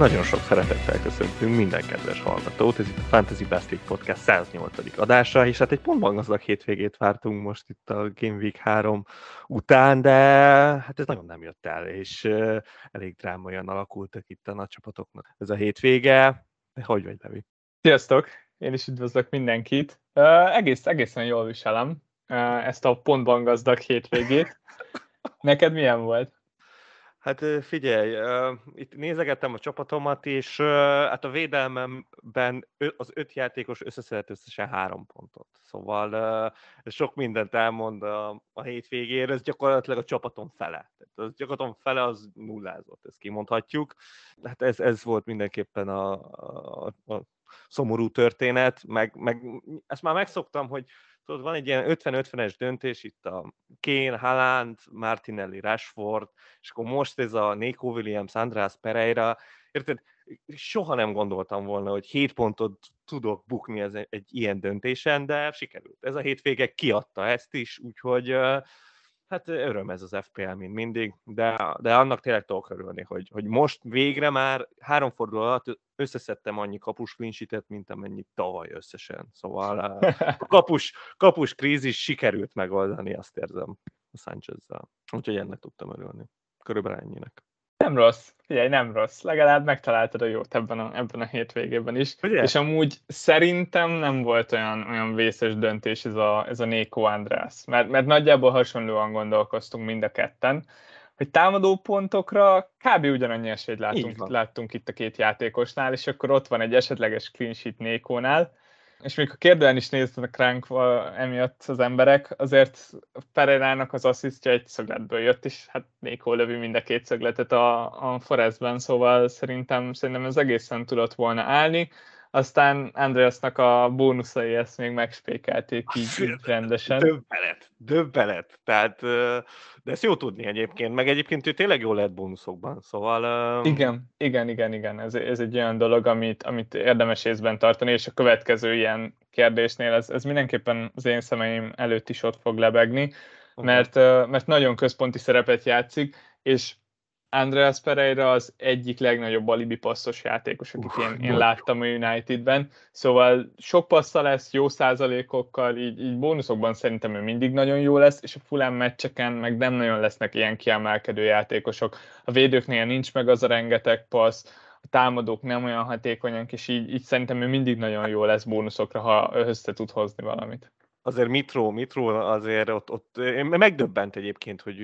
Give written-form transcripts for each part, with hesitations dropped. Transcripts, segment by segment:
Nagyon sok szeretettel köszöntünk minden kedves hallgatót, ez itt a Fantasy Best League Podcast 108. adása, és hát egy pontban gazdag hétvégét vártunk most itt a Game Week 3 után, de hát ez nagyon nem jött el, és elég drámaian alakultak itt a nagy csapatoknak ez a hétvége. Hogy vagy, Levi? Sziasztok! Én is üdvözlök mindenkit. Egészen jól viselem ezt a pontban gazdag hétvégét. Neked milyen volt? Hát figyelj, itt nézegettem a csapatomat, és hát a védelmemben az 5 játékos összeszedett összesen 3 pontot. Szóval ez sok mindent elmond a hétvégére, ez gyakorlatilag a csapatom fele. Tehát a csapatom fele az nullázott, ezt kimondhatjuk. Hát ez volt mindenképpen a szomorú történet, meg ezt már megszoktam, hogy tudod, van egy ilyen 50-50-es döntés, itt a Kane, Haaland, Martinelli, Rashford, és akkor most ez a Nico Williams, András Pereira, érted? Soha nem gondoltam volna, hogy 7 pontot tudok bukni egy ilyen döntésen, de sikerült. Ez a hétvége kiadta ezt is, úgyhogy hát öröm ez az FPL, mint mindig, de annak tényleg tudok örülni, hogy most végre már 3 forduló alatt összeszedtem annyi kapus clean sheetet, mint amennyit tavaly összesen. Szóval a kapus krízis sikerült megoldani, azt érzem a Sanchezzel. Úgyhogy ennek tudtam örülni. Körülbelül ennyinek. Nem rossz, figyelj, nem rossz. Legalább megtaláltad a jót ebben a hétvégében is. Ugye? És amúgy szerintem nem volt olyan vészes döntés ez a Nico András, mert nagyjából hasonlóan gondolkoztunk mind a ketten, hogy támadó pontokra kb. Ugyanannyi esélyt láttunk itt a két játékosnál, és akkor ott van egy esetleges clean sheet Nico-nál, és még a kérdően is néznek ránk emiatt az emberek, azért Pereirának az asszisztja egy szögletből jött, és hát Nico lövi mind a két szögletet a Forestben, szóval szerintem ez egészen tudott volna állni. Aztán Andreasnak a bónuszai ezt még megspékelték így rendesen. Döbbenet. Tehát, de ezt jó tudni egyébként, meg egyébként ő tényleg jól lehet bónuszokban, szóval... Igen. Ez egy olyan dolog, amit érdemes észben tartani, és a következő ilyen kérdésnél ez mindenképpen az én szemeim előtt is ott fog lebegni, mert nagyon központi szerepet játszik, és András Pereira az egyik legnagyobb alibi passzos játékos, akit én láttam a Unitedben. Szóval sok passza lesz, jó százalékokkal, így bónuszokban szerintem ő mindig nagyon jó lesz, és a Fulham meccseken meg nem nagyon lesznek ilyen kiemelkedő játékosok. A védőknél nincs meg az a rengeteg passz, a támadók nem olyan hatékonyak, és így szerintem ő mindig nagyon jó lesz bónuszokra, ha össze tud hozni valamit. Azért Mitro azért ott megdöbbent egyébként, hogy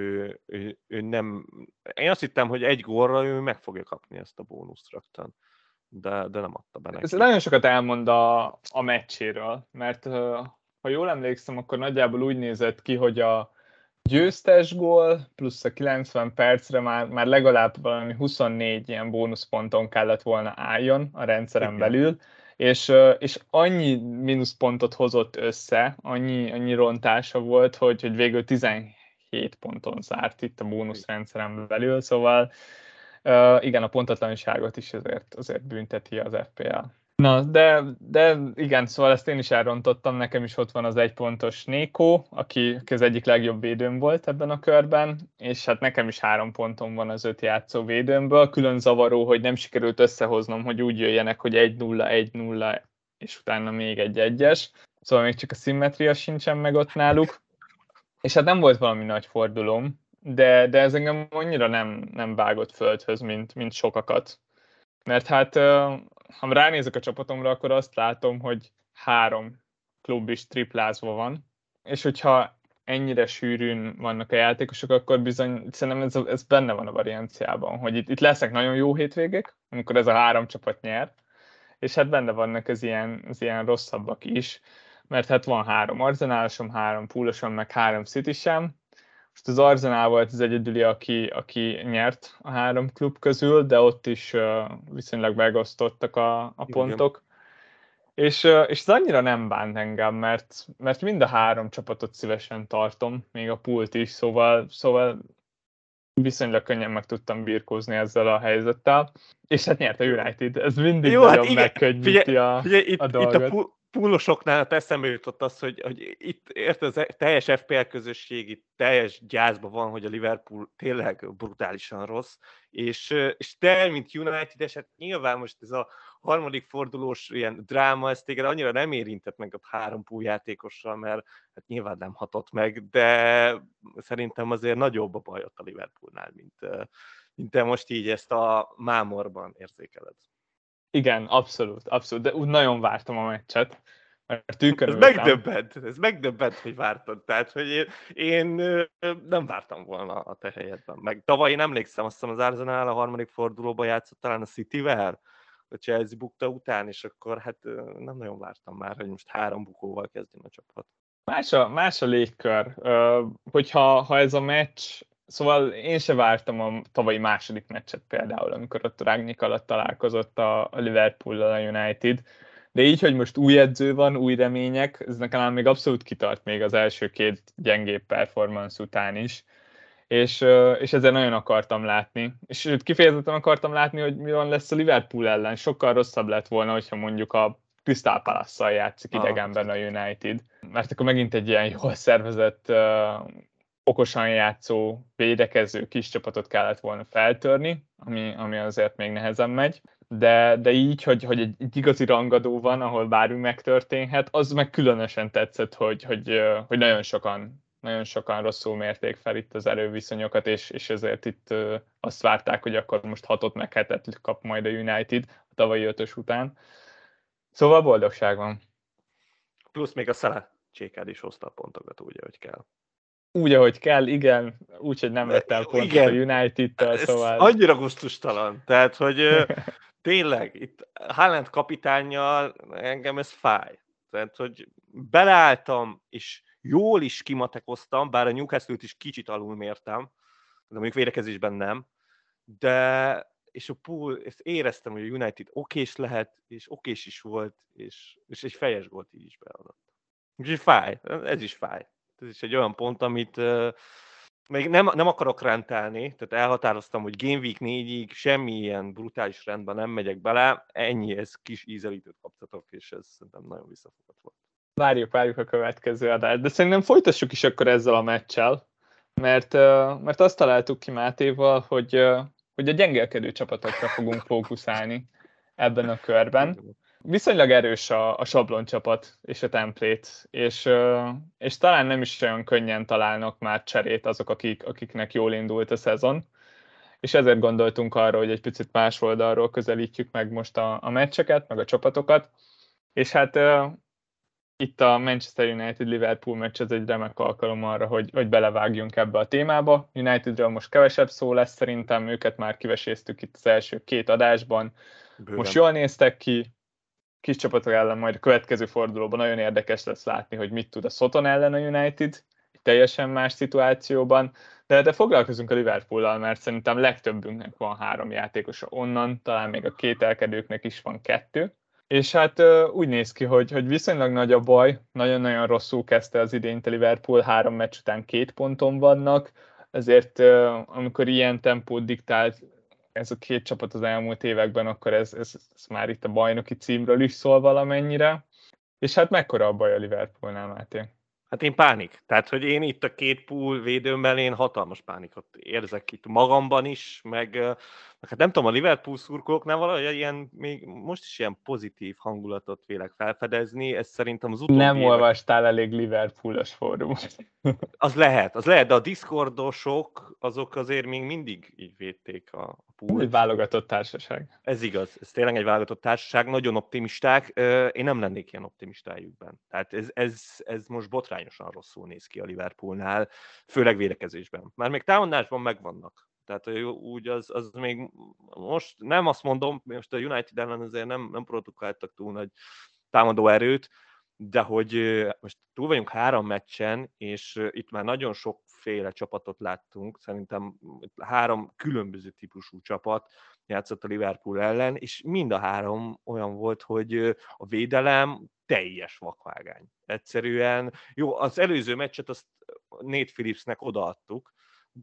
ő nem... Én azt hittem, hogy egy gólra ő meg fogja kapni ezt a bónuszt rögtön, de nem adta be neki. Ez nagyon sokat elmond a meccséről, mert ha jól emlékszem, akkor nagyjából úgy nézett ki, hogy a győztes gól plusz a 90 percre már legalább valami 24 ilyen bónuszponton kellett volna álljon a rendszeren belül, és annyi mínuszpontot hozott össze, annyi rontása volt, hogy végül 17 ponton zárt itt a bónuszrendszeren belül, szóval igen, a pontatlanságot is azért bünteti az FPL. Na, de igen, szóval ezt én is elrontottam, nekem is ott van az 1 pontos Nico, aki az egyik legjobb védőm volt ebben a körben, és hát nekem is 3 pontom van az 5 játszó védőmből. Külön zavaró, hogy nem sikerült összehoznom, hogy úgy jöjjenek, hogy 1-0, és utána még egy 1-es. Szóval még csak a szimmetria sincsen meg ott náluk. És hát nem volt valami nagy fordulóm, de ez engem annyira nem vágott földhöz, mint sokakat. Mert hát, ha ránézek a csapatomra, akkor azt látom, hogy 3 klub is triplázva van, és hogyha ennyire sűrűn vannak a játékosok, akkor bizony szerintem ez benne van a varianciában, hogy itt lesznek nagyon jó hétvégék, amikor ez a 3 csapat nyer, és hát benne vannak az ilyen rosszabbak is, mert hát van 3 Arsenálosom, 3 Poolosom, meg 3 Citysem. Most az Arsenal volt az egyedüli, aki nyert a 3 klub közül, de ott is viszonylag megosztottak a pontok. És ez annyira nem bánt engem, mert mind a 3 csapatot szívesen tartom, még a pult is, szóval viszonylag könnyen meg tudtam birkózni ezzel a helyzettel. És hát nyert a United, ez mindig nagyon megkönnyíti a dolgot. Púlosoknál eszembe jutott az, hogy itt érted, az teljes FPL közösség itt teljes gyászban van, hogy a Liverpool tényleg brutálisan rossz, és te, mint United-es, hát nyilván most ez a harmadik fordulós ilyen dráma, ez téged annyira nem érintett meg a 3 játékossal, mert hát nyilván nem hatott meg, de szerintem azért nagyobb a baj ott a Liverpoolnál, mint te most így ezt a mámorban érzékeled. Igen, abszolút, de úgy nagyon vártam a meccset, mert tűkönültem. Ez megdöbbent, hogy vártad. Tehát, hogy én nem vártam volna a te helyedben. Meg tavaly én emlékszem, azt hiszem az Arsenal a harmadik fordulóban játszott talán a City-vel, a Chelsea bukta után, és akkor hát nem nagyon vártam már, hogy most 3 bukóval kezdjen a csapat. Más a légkör. Hogyha ez a meccs, szóval én se vártam a tavalyi második meccset például, amikor ott Rangnick alatt találkozott a Liverpool-al a United, de így, hogy most új edző van, új remények, ez nekem még abszolút kitart még az első 2 gyengébb performance után is, és ezért nagyon akartam látni. És őt kifejezetten akartam látni, hogy mi van lesz a Liverpool ellen. Sokkal rosszabb lett volna, hogyha mondjuk a Crystal Palace-szal játszik idegenben a United. Mert akkor megint egy ilyen jól szervezett, okosan játszó, védekező kis csapatot kellett volna feltörni, ami azért még nehezen megy. De így, hogy egy igazi rangadó van, ahol bármi megtörténhet, az meg különösen tetszett, hogy nagyon sokan rosszul mérték fel itt az erőviszonyokat, és ezért itt azt várták, hogy akkor most 6-ot meg 7-et kap majd a United a tavalyi 5-ös után. Szóval boldogság van. Plusz még a Salah csékád is hozta a pontokat úgy, ahogy kell. Úgy, ahogy kell, igen, úgyhogy nem vett el pontot igen. A United-től, szóval... Annyira gusztustalan, tehát, hogy tényleg, itt Haaland kapitánnyal engem ez fáj. Tehát, hogy beleálltam, és jól is kimatekoztam, bár a Newcastle-t is kicsit alulmértem, de mondjuk védekezésben nem, de és a Pool, ezt éreztem, hogy a United okés lehet, és okés is volt, és egy fejes gólt így is beadott. Úgyhogy fáj, ez is fáj. Ez is egy olyan pont, amit még nem akarok rentálni, tehát elhatároztam, hogy Game Week 4-ig semmilyen brutális rendben nem megyek bele, ennyi, ez kis ízelítőt kaptatok, és ez szerintem nagyon visszafogott volt. Várjuk a következő adást, de szerintem folytassuk is akkor ezzel a meccsel, mert azt találtuk ki Mátéval, hogy a gyengelkedő csapatokra fogunk fókuszálni ebben a körben. Viszonylag erős a sabloncsapat és a template, és talán nem is olyan könnyen találnak már cserét azok, akiknek jól indult a szezon, és ezért gondoltunk arra, hogy egy picit más oldalról közelítjük meg most a meccseket, meg a csapatokat, és hát itt a Manchester United-Liverpool meccs ez egy remek alkalom arra, hogy belevágjunk ebbe a témába. Unitedről most kevesebb szó lesz szerintem, őket már kiveséztük itt az első 2 adásban. Bőven. Most jól néztek ki, kis csapatok ellen majd a következő fordulóban nagyon érdekes lesz látni, hogy mit tud a Soton ellen a United, teljesen más szituációban, de foglalkozunk a Liverpoollal, mert szerintem legtöbbünknek van 3 játékosa onnan, talán még a kételkedőknek is van 2. És hát úgy néz ki, hogy viszonylag nagy a baj, nagyon-nagyon rosszul kezdte az idényt a Liverpool, 3 meccs után 2 ponton vannak, ezért amikor ilyen tempót diktált ez a 2 csapat az elmúlt években, akkor ez már itt a bajnoki címről is szól valamennyire. És hát mekkora a baj a Liverpoolnál, Máté? Hát én pánik. Tehát, hogy én itt a 2 pool védőmmel én hatalmas pánikot érzek itt magamban is, meg hát nem tudom, a Liverpool szurkolóknál valahogy ilyen, még most is ilyen pozitív hangulatot vélek felfedezni, ez szerintem az utóbbi Nem olvastál elég Liverpoolos fórumot. Az lehet, de a Discordosok azok azért még mindig így védték a poolt. Egy válogatott társaság. Ez igaz, ez tényleg egy válogatott társaság, nagyon optimisták, én nem lennék ilyen optimistájukban. Tehát ez most botrányosan rosszul néz ki a Liverpoolnál, főleg védekezésben. Már még támadásban megvannak. Tehát úgy az még most nem azt mondom, most a United ellen azért nem produkáltak túl nagy támadó erőt, de hogy most túl vagyunk 3 meccsen, és itt már nagyon sokféle csapatot láttunk, szerintem 3 különböző típusú csapat játszott a Liverpool ellen, és mind a 3 olyan volt, hogy a védelem teljes vakvágány. Egyszerűen, jó, az előző meccset azt Nate Phillipsnek odaadtuk,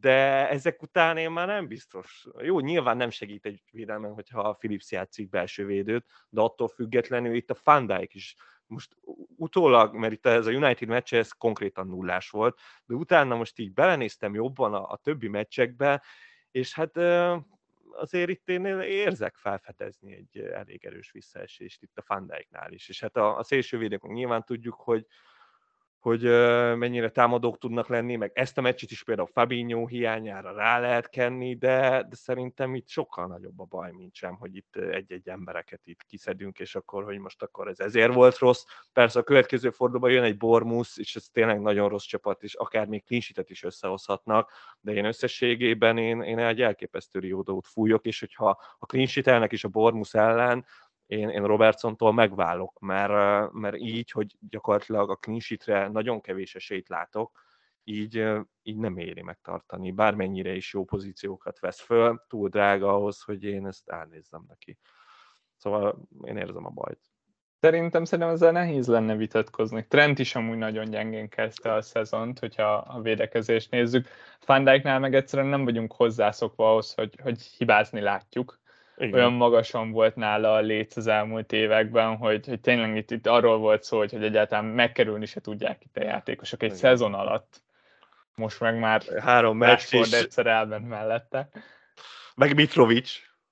de ezek után én már nem biztos. Jó, nyilván nem segít egy védelmen, hogyha a Phillips játszik belső védőt, de attól függetlenül itt a Van Dijk is most utólag, mert itt ez a United meccs, ez konkrétan nullás volt, de utána most így belenéztem jobban a többi meccsekbe, és hát azért itt én érzek felfedezni egy elég erős visszaesést itt a Van Dijknál is. És hát a szélsővédők nyilván tudjuk, hogy mennyire támadók tudnak lenni, meg ezt a meccset is például Fabinho hiányára rá lehet kenni, de szerintem itt sokkal nagyobb a baj, mint sem, hogy itt egy-egy embereket itt kiszedünk, és akkor, hogy most akkor ez ezért volt rossz. Persze a következő fordulóban jön egy Bournemouth, és ez tényleg nagyon rossz csapat, és akár még clean sheetet is összehozhatnak, de én összességében én egy elképesztő riódót fújok, és hogyha a clean sheetelnek is a Bournemouth ellen, én Robertsontól megválok, mert így, hogy gyakorlatilag a clean sheetre nagyon kevés esélyt látok, így nem éri megtartani. Bármennyire is jó pozíciókat vesz föl, túl drága ahhoz, hogy én ezt elnézzem neki. Szóval én érzem a bajt. Szerintem ezzel nehéz lenne vitatkozni. Trent is amúgy nagyon gyengén kezdte a szezont, hogyha a védekezést nézzük. Van Dijknál meg egyszerűen nem vagyunk hozzászokva ahhoz, hogy hibázni látjuk. Igen. Olyan magasan volt nála a léc az elmúlt években, hogy tényleg itt arról volt szó, hogy egyáltalán megkerülni se tudják itt a játékosok egy szezon alatt. Most meg már 3 meccs is. egyszer elment mellette. Meg Mitrovic.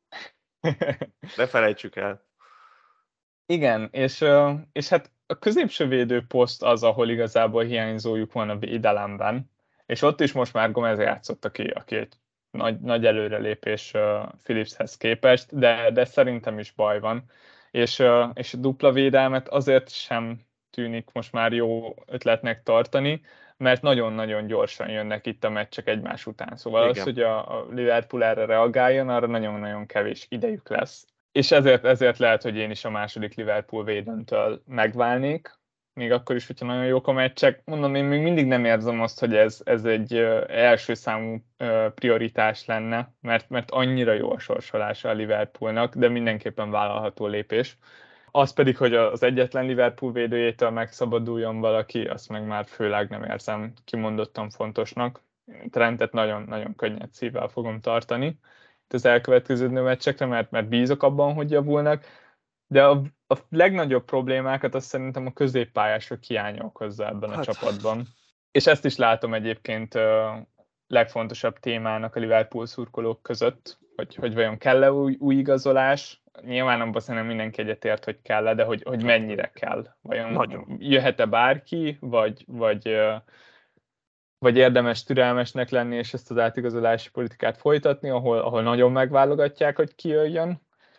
Ne felejtsük el. Igen, és hát a középső védőposzt az, ahol igazából hiányzójuk van a védelemben, és ott is most már Gomez játszott, aki egy nagy előrelépés Phillipshez képest, de szerintem is baj van, és a dupla védelmet azért sem tűnik most már jó ötletnek tartani, mert nagyon-nagyon gyorsan jönnek itt a meccsek egymás után. Szóval igen. Az, hogy a Liverpool erre reagáljon, arra nagyon-nagyon kevés idejük lesz. És ezért lehet, hogy én is a második Liverpool védőntől megválnék, még akkor is, hogyha nagyon jók a meccsek. Mondom, én még mindig nem érzem azt, hogy ez egy első számú prioritás lenne, mert annyira jó a sorsolása a Liverpoolnak, de mindenképpen vállalható lépés. Az pedig, hogy az egyetlen Liverpool védőjétől megszabaduljon valaki, azt meg már főleg nem érzem kimondottan fontosnak. Trentet nagyon-nagyon könnyed szívvel fogom tartani az elkövetkező meccsekre, mert bízok abban, hogy javulnak, de a legnagyobb problémákat azt szerintem a középpályások hiánya okozza ebben a csapatban. És ezt is látom egyébként legfontosabb témának a Liverpool szurkolók között, hogy vajon kell-e új igazolás. Nyilván abban szerintem mindenki egyetért, hogy kell-e, de hogy mennyire kell. Vajon jöhet-e bárki, vagy érdemes türelmesnek lenni, és ezt az átigazolási politikát folytatni, ahol nagyon megválogatják, hogy ki jöjjön,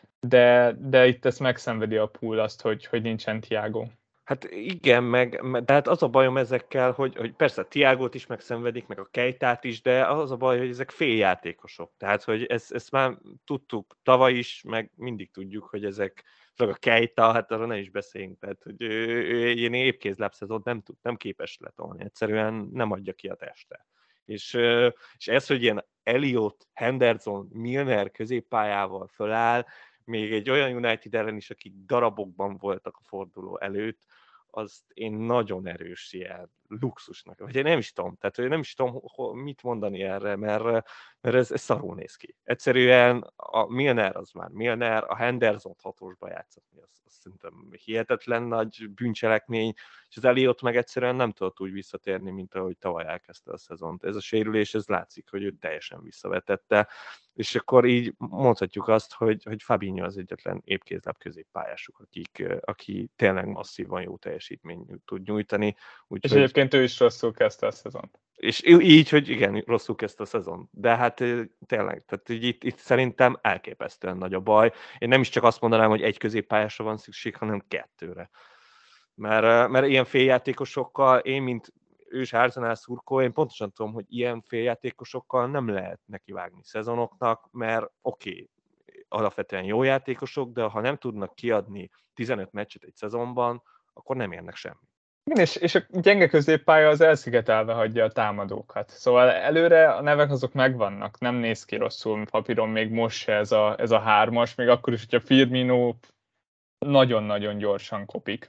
de itt ezt megszenvedi a pool azt, hogy nincsen Thiago. Hát igen, de hát az a bajom ezekkel, hogy persze a Thiagót is megszenvedik, meg a Keitát is, de az a baj, hogy ezek féljátékosok. Tehát, hogy ezt már tudtuk tavaly is, meg mindig tudjuk, hogy ezek, meg a Keita, hát arra ne is beszéljünk, tehát, hogy ő ilyen épkézláb szezont nem képes letolni, egyszerűen nem adja ki a teste. És ez, hogy ilyen Elliot, Henderson, Milner középpályával föláll, még egy olyan United ellen is, akik darabokban voltak a forduló előtt, azt én nagyon erős ilyen luxusnak, vagy én nem is tudom, tehát nem is tudom, mit mondani erre, mert ez szarul néz ki. Egyszerűen a Milner az már Milner, a Henderson hatósba játszatni, az szerintem hihetetlen nagy bűncselekmény, és az Elliot meg egyszerűen nem tudott úgy visszatérni, mint ahogy tavaly elkezdte a szezont. Ez a sérülés, ez látszik, hogy ő teljesen visszavetette, és akkor így mondhatjuk azt, hogy Fabinho az egyetlen épkézláb középpályásuk, aki tényleg masszívan jó teljesítményt tud nyújtani. És egyébként ő is rosszul kezdte a szezont. És így, hogy igen, rosszul kezdte a szezon. De hát tényleg, tehát itt szerintem elképesztően nagy a baj. Én nem is csak azt mondanám, hogy egy középpályásra van szükség, hanem 2-re. Mert ilyen féljátékosokkal, én, mint ős Arsenal szurkoló, én pontosan tudom, hogy ilyen féljátékosokkal nem lehet nekivágni szezonoknak, mert oké, alapvetően jó játékosok, de ha nem tudnak kiadni 15 meccset egy szezonban, akkor nem érnek semmit. Igen, és a gyenge középpálya az elszigetelve hagyja a támadókat. Szóval előre a nevek azok megvannak, nem néz ki rosszul papíron még most se ez a 3-as, még akkor is, hogyha Firmino nagyon-nagyon gyorsan kopik.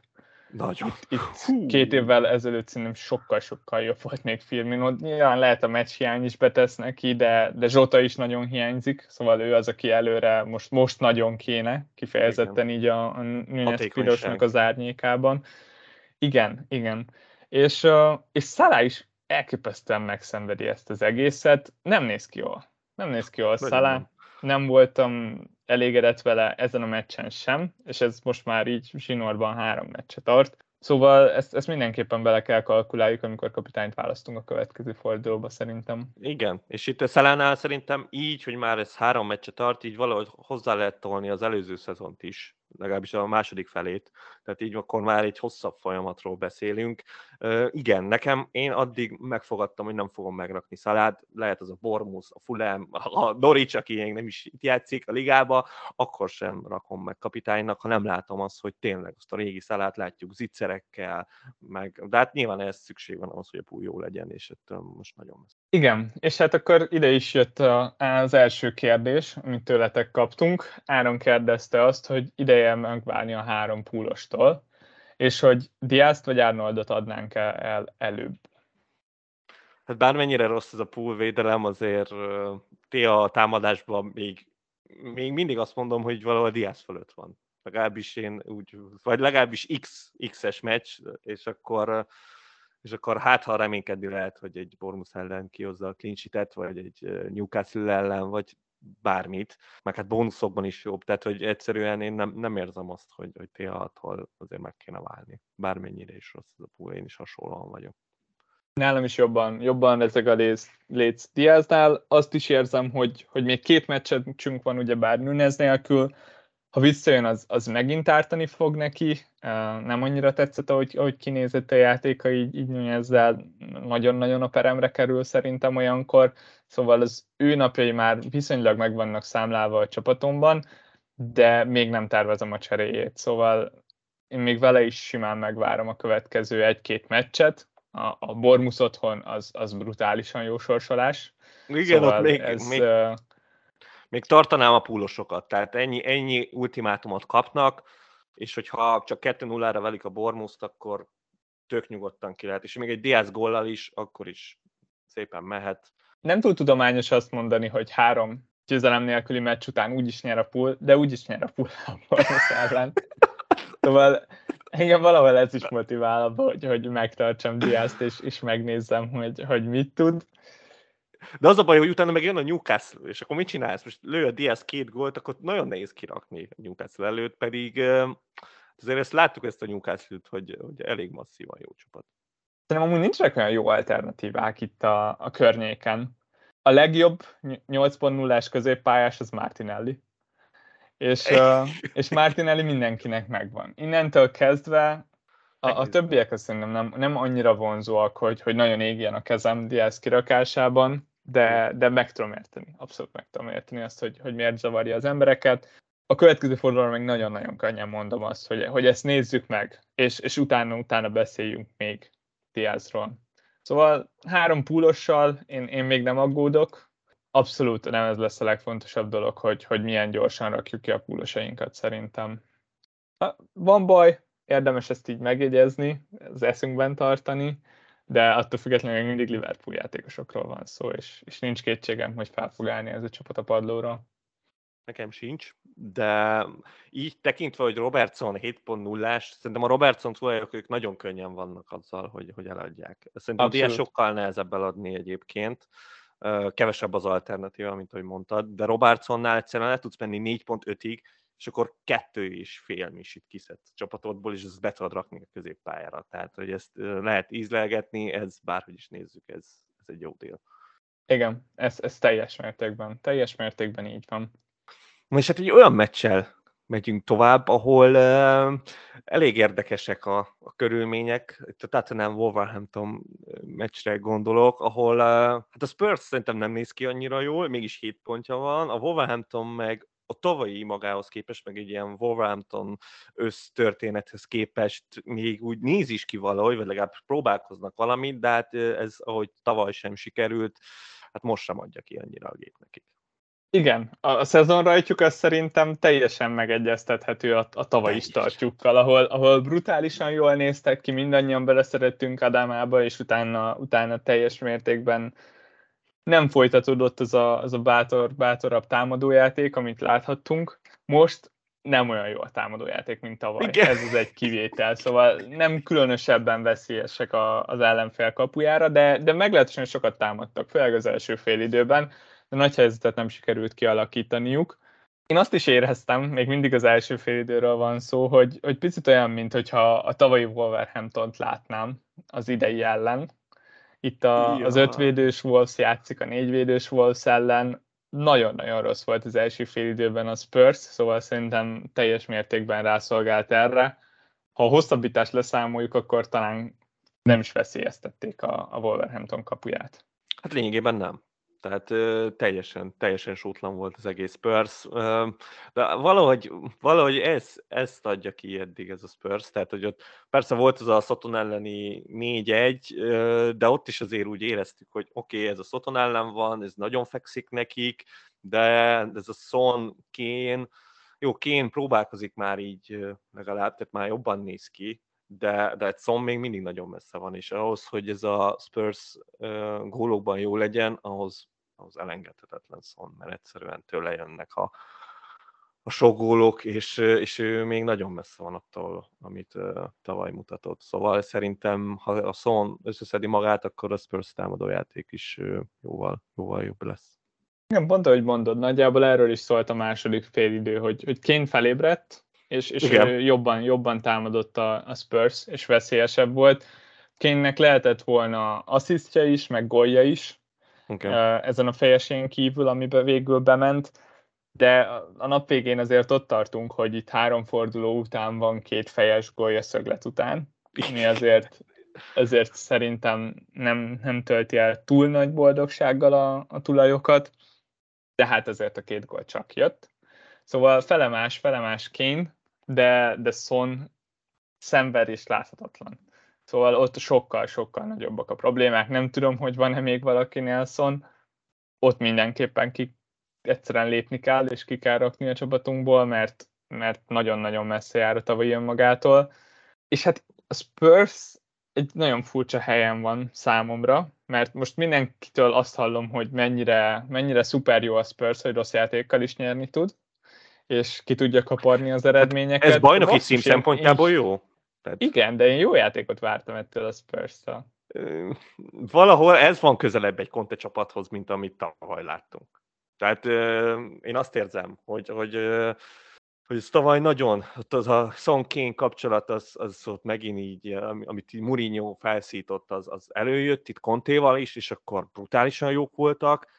Nagyon. Itt 2 évvel ezelőtt szerintem sokkal-sokkal jobb volt még Firmino. Nyilván lehet a meccs hiány is betesz neki, de Zsota is nagyon hiányzik, szóval ő az, aki előre most nagyon kéne, kifejezetten így a Núñez Pirosnak az árnyékában. Igen. És Salah is elképesztően megszenvedi ezt az egészet. Nem néz ki jól Salah. Nem voltam elégedett vele ezen a meccsen sem, és ez most már így zsinórban 3 meccse tart. Szóval ezt mindenképpen bele kell kalkuláljuk, amikor kapitányt választunk a következő fordulóba szerintem. Igen, és itt a Salánál szerintem így, hogy már ez 3 meccse tart, így valahogy hozzá lehet tolni az előző szezont is, legalábbis a második felét, tehát így akkor már egy hosszabb folyamatról beszélünk. Igen, én addig megfogadtam, hogy nem fogom megrakni Salát, lehet az a Bournemouth, a Fulham, a Norwich, aki még nem is itt játszik a ligába, akkor sem rakom meg kapitánynak, ha nem látom azt, hogy tényleg azt a régi Salát látjuk zicserekkel, de hát nyilván ehhez szükség van ahhoz, hogy a pool jó legyen, és ettől most nagyon messze. Igen, és hát akkor ide is jött az első kérdés, amit tőletek kaptunk. Áron kérdezte azt, hogy ideje megválni a 3 poolostól, és hogy Diazt vagy Arnoldot adnánk el előbb. Hát bármennyire rossz ez a pool védelem, azért a támadásban még mindig azt mondom, hogy valahol Diaz fölött van. Legalábbis én úgy, vagy legalábbis X-es meccs, és akkor hát ha reménykedni lehet, hogy egy Bournemouth ellen kihozza a clean sheet-et, vagy egy Newcastle ellen, vagy bármit, meg hát bónuszokban is jobb, tehát hogy egyszerűen én nem érzem azt, hogy TH6-tól azért meg kéne válni. Bármennyire is rossz ez a pool, én is hasonlóan vagyok. Nálam is jobban ezek a léc Diaznál. Azt is érzem, hogy még 2 meccsünk van ugyebár Núñez nélkül. Ha visszajön, az megint ártani fog neki. Nem annyira tetszett, ahogy kinézett a játéka, így Núñezzel nagyon-nagyon a peremre kerül szerintem olyankor. Szóval az ő napjai már viszonylag meg vannak számlálva a csapatomban, de még nem tervezem a cseréjét. Szóval én még vele is simán megvárom a következő 1-2 meccset. A Bournemouth otthon az brutálisan jó sorsolás. Igen, szóval ott még tartanám a púlosokat, tehát ennyi ultimátumot kapnak, és hogyha csak 2-0-ra velik a Bournemouth-t, akkor tök nyugodtan ki lehet, és még egy Diaz góllal is, akkor is szépen mehet. Nem túl tudományos azt mondani, hogy 3 győzelem nélküli meccs után úgyis nyer a pool, de úgyis nyer a pool a Bournemouth ellen. Szóval engem valahol ez is motivál abba, hogy megtartsam Diazt, és megnézzem, hogy mit tud. De az a baj, hogy utána meg jön a Newcastle, és akkor mit csinálsz? Most lő a Diaz 2 gólt, akkor nagyon nehéz kirakni a Newcastle előtt, pedig azért ezt láttuk ezt a Newcastle-t, hogy elég masszívan jó csapat. Szerintem amúgy nincsenek olyan jó alternatívák itt a környéken. A legjobb 8.0-ás középpályás az Martinelli. És Martinelli mindenkinek megvan. Innentől kezdve a többiek azt szerintem nem annyira vonzóak, hogy nagyon égjen a kezem Diaz kirakásában, de meg tudom érteni. Abszolút meg tudom érteni azt, hogy miért zavarja az embereket. A következő fordulóra meg nagyon-nagyon könnyen mondom azt, hogy ezt nézzük meg, és utána beszéljünk még Diazról. Szóval 3 púlossal én még nem aggódok. Abszolút nem ez lesz a legfontosabb dolog, hogy milyen gyorsan rakjuk ki a púlosainkat szerintem. Van baj, érdemes ezt így megjegyezni, az eszünkben tartani, de attól függetlenül még mindig Liverpool játékosokról van szó, és nincs kétségem, hogy fel fog állni ez a csapat a padlóra. Nekem sincs, de így tekintve, hogy Robertson 7.0-ás, szerintem a Robertson tulajok ők nagyon könnyen vannak azzal, hogy eladják. Szerintem Diaz sokkal nehezebb eladni egyébként, kevesebb az alternatíva, mint ahogy mondtad, de Robertsonnál egyszerűen le tudsz menni 4.5-ig, és akkor 2,5 misit kiszedsz a csapatodból, és ezt be tudod rakni a középpályára. Tehát, hogy ezt lehet ízlelgetni, ez bárhogy is nézzük, ez egy jó dél. Igen, ez teljes mértékben így van. És hát egy olyan meccsel megyünk tovább, ahol elég érdekesek a körülmények. Itt a Tottenham-Wolverhampton meccsre gondolok, ahol hát a Spurs szerintem nem néz ki annyira jól, mégis 7 pontja van, a Wolverhampton meg a tavalyi magához képest, meg egy ilyen Wolverhampton össztörténethez képest még úgy néz is ki valahogy, vagy legalább próbálkoznak valamit, de hát ez, ahogy tavaly sem sikerült, hát most sem adja ki annyira a gép nekik. Igen, a szezonrajtjuk az szerintem teljesen megegyeztethető a tavalyi startjukkal, ahol brutálisan jól néztek ki, mindannyian beleszerettünk Adamába, és utána teljes mértékben nem folytatódott az a bátorabb támadójáték, amit láthattunk. Most nem olyan jó a támadójáték, mint tavaly. Igen. Ez az egy kivétel, szóval nem különösebben veszélyesek az ellenfél kapujára, de meglehetősen sokat támadtak, főleg az első fél időben, de nagy helyzetet nem sikerült kialakítaniuk. Én azt is éreztem, még mindig az első fél időről van szó, hogy picit olyan, mintha a tavalyi Wolverhamptont látnám az idei ellen. Itt az Ja. ötvédős Wolves játszik a négyvédős Wolves ellen. Nagyon-nagyon rossz volt az első fél időben a Spurs, szóval szerintem teljes mértékben rászolgált erre. Ha a hosszabbítást leszámoljuk, akkor talán nem is veszélyeztették a Wolverhampton kapuját. Hát lényegében nem. Tehát teljesen sótlan volt az egész Spurs. De valahogy ezt adja ki eddig ez a Spurs. Tehát, hogy ott persze volt az a Soton elleni 4-1, de ott is azért úgy éreztük, hogy oké, ez a Soton ellen van, ez nagyon fekszik nekik, de ez a Son, Kane, jó, Kane próbálkozik már így legalább, tehát már jobban néz ki, de egy Son még mindig nagyon messze van, és ahhoz, hogy ez a Spurs gólokban jó legyen, ahhoz elengedhetetlen Son, mert egyszerűen tőle jönnek a sok gólok, és ő még nagyon messze van attól, amit tavaly mutatott. Szóval szerintem, ha a Son összeszedi magát, akkor a Spurs támadójáték is jóval jobb lesz. Igen, pont ahogy mondod, nagyjából erről is szólt a második félidő, hogy Kane felébredt, és jobban támadott a Spurs, és veszélyesebb volt. Kane-nek lehetett volna asszisztja is, meg gólja is, ezen a fejesén kívül, amiben végül bement, de a nap végén azért ott tartunk, hogy itt 3 forduló után van 2 fejes gólja szöglet után, ami azért szerintem nem tölti el túl nagy boldogsággal a tulajokat, de hát ezért a 2 gól csak jött. Szóval felemás Kane, de Son szenvedés láthatatlan. Szóval ott sokkal nagyobbak a problémák. Nem tudom, hogy van-e még valaki Nelson. Ott mindenképpen egyszerűen lépni kell, és ki kell rakni a csapatunkból, mert nagyon-nagyon messze jár a tavalyi önmagától. És hát a Spurs egy nagyon furcsa helyen van számomra, mert most mindenkitől azt hallom, hogy mennyire szuper jó a Spurs, hogy rossz játékkal is nyerni tud, és ki tudja kaparni az eredményeket. Ez bajnoki cím szempontjából jó? Tehát... Igen, de én jó játékot vártam ettől a Spurs-től. Valahol ez van közelebb egy Conte csapathoz, mint amit tavaly láttunk. Tehát én azt érzem, hogy ez tavaly nagyon, az a Son Kane kapcsolat, az ott megint így, amit Mourinho felszított, az előjött itt Contéval is, és akkor brutálisan jók voltak,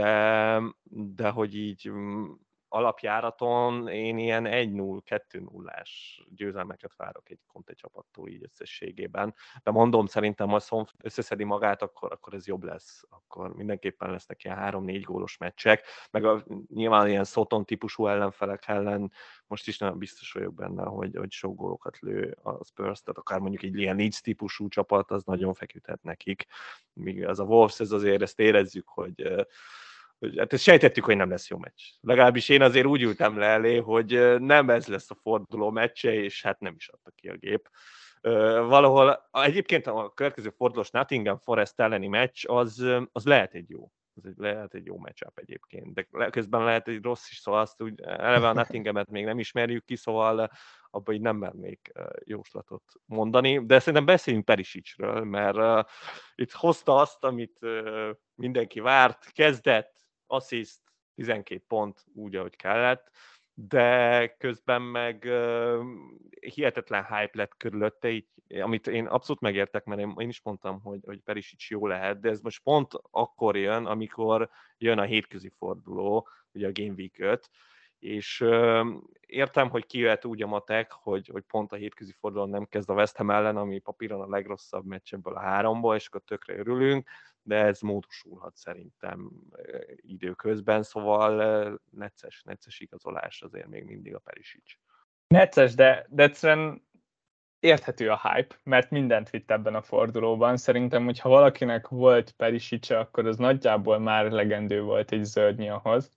de hogy így alapjáraton én ilyen 1-0, 2-0-ás győzelmeket várok egy Conte csapattól így összességében. De mondom, szerintem ha Son összeszedi magát, akkor ez jobb lesz. Akkor mindenképpen lesznek ilyen 3-4 gólos meccsek, meg nyilván ilyen Soton típusú ellenfelek ellen most is nagyon biztos vagyok benne, hogy sok gólokat lő a Spurs, tehát akár mondjuk egy ilyen Leeds típusú csapat, az nagyon feküdhet nekik. Míg az a Wolves, ez azért ezt érezzük, hogy hát ezt sejtettük, hogy nem lesz jó meccs. Legalábbis én azért úgy ültem le elé, hogy nem ez lesz a forduló meccse, és hát nem is adta ki a gép. Valahol egyébként a következő fordulós Nottingham Forest elleni meccs, az lehet egy jó. Lehet egy jó matchup egyébként, de közben lehet egy rossz is, szóval azt úgy eleve a Nottinghamet még nem ismerjük ki, szóval abban így nem mernék jóslatot mondani, de szerintem beszéljünk Perisicről, mert itt hozta azt, amit mindenki várt, kezdett, assziszt, 12 pont úgy, ahogy kellett, de közben meg hihetetlen hype lett körülötte, így, amit én abszolút megértek, mert én is mondtam, hogy Perisic jó lehet, de ez most pont akkor jön, amikor jön a hétközi forduló, ugye a Game Week 5, és értem, hogy kijöhet úgy a matek, hogy pont a hétközi fordulón nem kezd a West Ham ellen, ami papíron a legrosszabb meccs ebből a 3-ból, és akkor tökre örülünk, de ez módosulhat szerintem időközben, szóval necces igazolás azért még mindig a Perisic. Necces, de egyszerűen érthető a hype, mert mindent vitt ebben a fordulóban. Szerintem, hogyha valakinek volt Perisic, akkor az nagyjából már legendő volt egy zöldnyi ahhoz.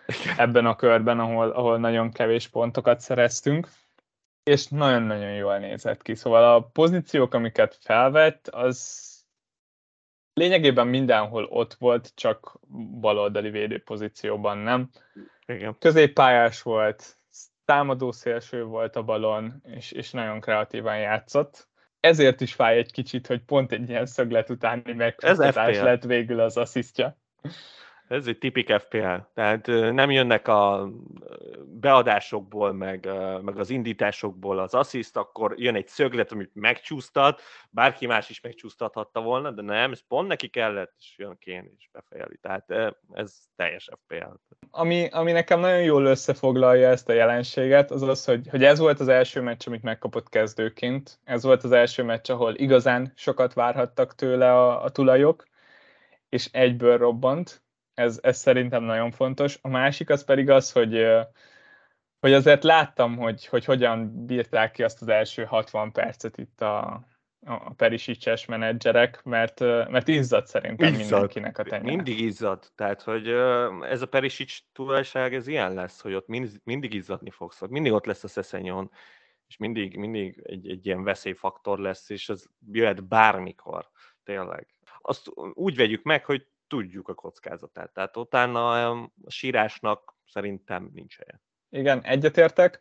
ebben a körben, ahol nagyon kevés pontokat szereztünk, és nagyon-nagyon jól nézett ki. Szóval a pozíciók, amiket felvett, az lényegében mindenhol ott volt, csak baloldali védő pozícióban nem. Igen. Középpályás volt, támadó szélső volt a balon, és nagyon kreatívan játszott. Ezért is fáj egy kicsit, hogy pont egy ilyen szöglet utáni megcsúsztatás FPL. lett végül az asszisztja. Ez egy tipik FPL. Tehát nem jönnek a beadásokból, meg az indításokból az assziszt, akkor jön egy szöglet, amit megcsúsztat, bárki más is megcsúsztathatta volna, de nem, ez pont neki kellett, és jön Kane és befejeli. Tehát ez teljes FPL. Ami nekem nagyon jól összefoglalja ezt a jelenséget, az az, hogy ez volt az első meccs, amit megkapott kezdőként. Ez volt az első meccs, ahol igazán sokat várhattak tőle a tulajok, és egyből robbant. Ez szerintem nagyon fontos. A másik az pedig az, hogy azért láttam, hogy hogyan bírták ki azt az első 60 percet itt a Perisic-es menedzserek, mert izzadt szerintem mindenkinek a tenye. Mindig izzad. Tehát, hogy ez a Perisic tulajdonság, ez ilyen lesz, hogy ott mindig izzadni fogsz. Mindig ott lesz a Szeszenyon, és mindig egy ilyen veszélyfaktor lesz, és ez jöhet bármikor, tényleg. Azt úgy vegyük meg, hogy tudjuk a kockázatát. Tehát utána a sírásnak szerintem nincs helye. Igen, egyetértek,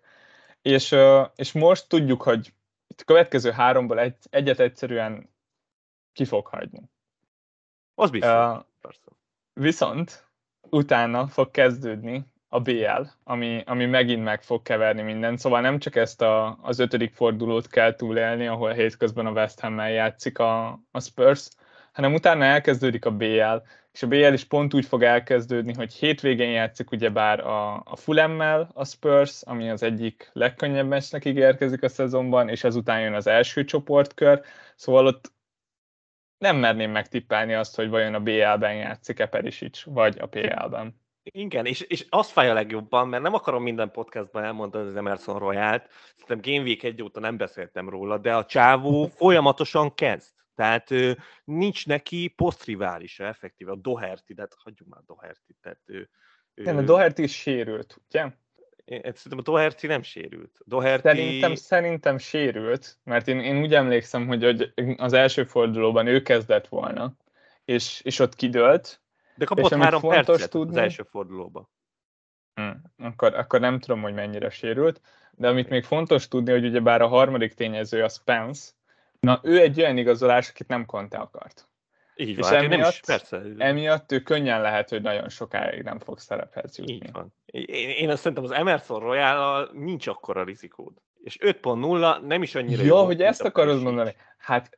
és most tudjuk, hogy itt a következő 3-ból egyet egyszerűen ki fog hagyni. Az biztos, persze. Viszont utána fog kezdődni a BL, ami megint meg fog keverni mindent, szóval nem csak ezt az 5. fordulót kell túlélni, ahol hétközben a West Hammel játszik a Spurs, hanem utána elkezdődik a BL, és a BL is pont úgy fog elkezdődni, hogy hétvégén játszik ugyebár a Fulhammel a Spurs, ami az egyik legkönnyebb meccsnek ígérkezik a szezonban, és ezután jön az első csoportkör, szóval ott nem merném megtippelni azt, hogy vajon a BL-ben játszik-e Perisic, vagy a PL-ben. Igen, és az fáj a legjobban, mert nem akarom minden podcastban elmondani az Emerson Royalt, szerintem Game Week 1 óta nem beszéltem róla, de a csávó folyamatosan kezd. Tehát nincs neki posztriválisa, effektíve a Doherty, de hát hagyjuk már Doherty. Tehát Igen, a Doherty is sérült, ugye? Szerintem a Doherty nem sérült. Doherty... Szerintem sérült, mert én úgy emlékszem, hogy az első fordulóban ő kezdett volna, és ott kidőlt. De kapott 3 percet tudni, az első fordulóban. Akkor nem tudom, hogy mennyire sérült, de amit még fontos tudni, hogy ugyebár a harmadik tényező a Spence, na ő egy olyan igazolás, akit nem Conte akart. Így van, és emiatt, persze. Emiatt ő könnyen lehet, hogy nagyon sokáig nem fog szerephez jutni. Így van. Én azt szerintem az Emerson Royal-al nincs akkora rizikód. És 5.0 nem is annyira jó. Ja, hogy ezt akarod mondani. Hát,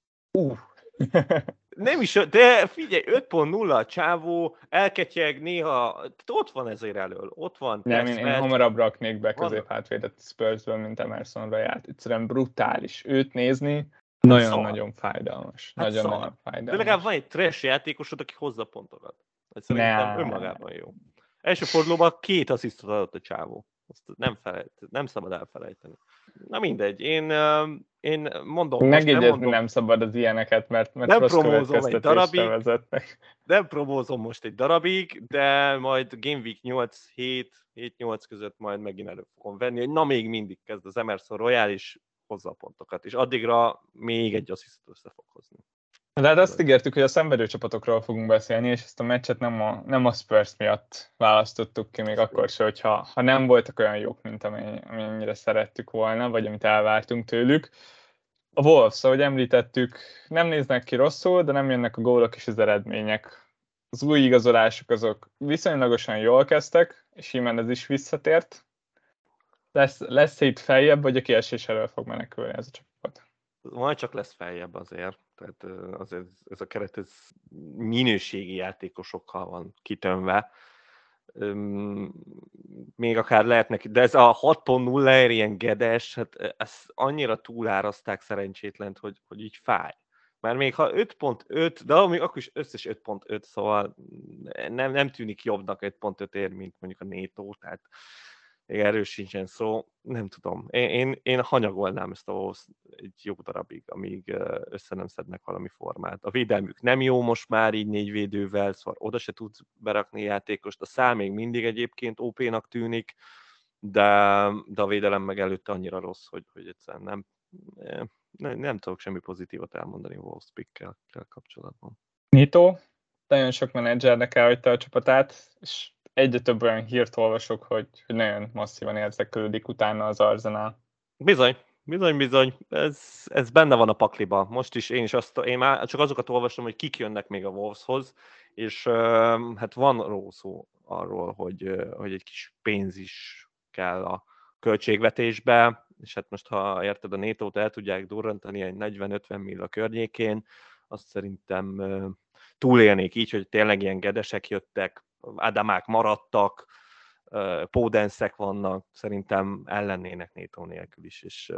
Nem is, de figyelj, 5.0 a csávó, elketyeg néha, ott van ezért elől, ott van. Nem, én hamarabb raknék be középhátvédet Spursből, mint Emerson Royalt. Egyszerűen brutális. Őt nézni nagyon-nagyon fájdalmas. Nagyon-nagyon fájdalmas. De legalább van egy trash játékosod, aki hozza pontokat. Szerintem önmagában jó. Első fordulóban 2 asszisztot adott a csávó. Azt nem szabad elfelejteni. Na mindegy, én mondom... Megjegyezni nem szabad az ilyeneket, mert nem rossz következtetésre vezetnek. Nem promózom most egy darabig, de majd Game Week 7-8 között majd megint elő fogom venni, hogy na még mindig kezd az Emerson Royal, és hozza a pontokat, és addigra még egy asszisztot össze fog hozni. De hát azt ígértük, hogy a szenvedő csapatokról fogunk beszélni, és ezt a meccset nem a Spurs miatt választottuk ki, még akkor se, hogyha nem voltak olyan jók, mint amennyire szerettük volna, vagy amit elvártunk tőlük. A Wolves, ahogy említettük, nem néznek ki rosszul, de nem jönnek a gólok és az eredmények. Az új igazolások azok viszonylagosan jól kezdtek, és Jimenez is visszatért. Lesz itt feljebb, vagy a kiesés elől fog menekülni ez a csapat? Majd csak lesz feljebb azért. Tehát azért ez a keret ez minőségi játékosokkal van kitömve. Még akár lehet neki, de ez a 6.0 ilyen gedes, hát ezt annyira túláraszták szerencsétlent, hogy így fáj. Mert még ha 5.5, de még akkor is összes 5.5, szóval nem tűnik jobbnak 5.5 ér, mint mondjuk a Neto, tehát még erről sincsen szó, nem tudom. Én hanyagolnám ezt a Wolves egy jó darabig, amíg össze nem szednek valami formát. A védelmük nem jó most már így 4 védővel, szóval oda se tudsz berakni játékost. A szál még mindig egyébként OP-nak tűnik, de a védelem meg előtte annyira rossz, hogy egyszerűen nem tudok semmi pozitívat elmondani a Wolves pickkel kapcsolatban. Nito nagyon sok menedzsernek elhagyta a csapatát, és egyre több olyan hírt olvasok, hogy nagyon masszívan érdeklődik utána az Arsenal. Bizony. Ez benne van a pakliba. Most is én már csak azokat olvasom, hogy kik jönnek még a Wolveshoz, és hát van szó arról, hogy egy kis pénz is kell a költségvetésbe, és hát most, ha érted, a Nétót el tudják durrantani egy 40-50 millió környékén, azt szerintem túlélnék így, hogy tényleg ilyen gedesek jöttek, Adamák maradtak, Pódenszek vannak, szerintem ellennének Nétó nélkül is, és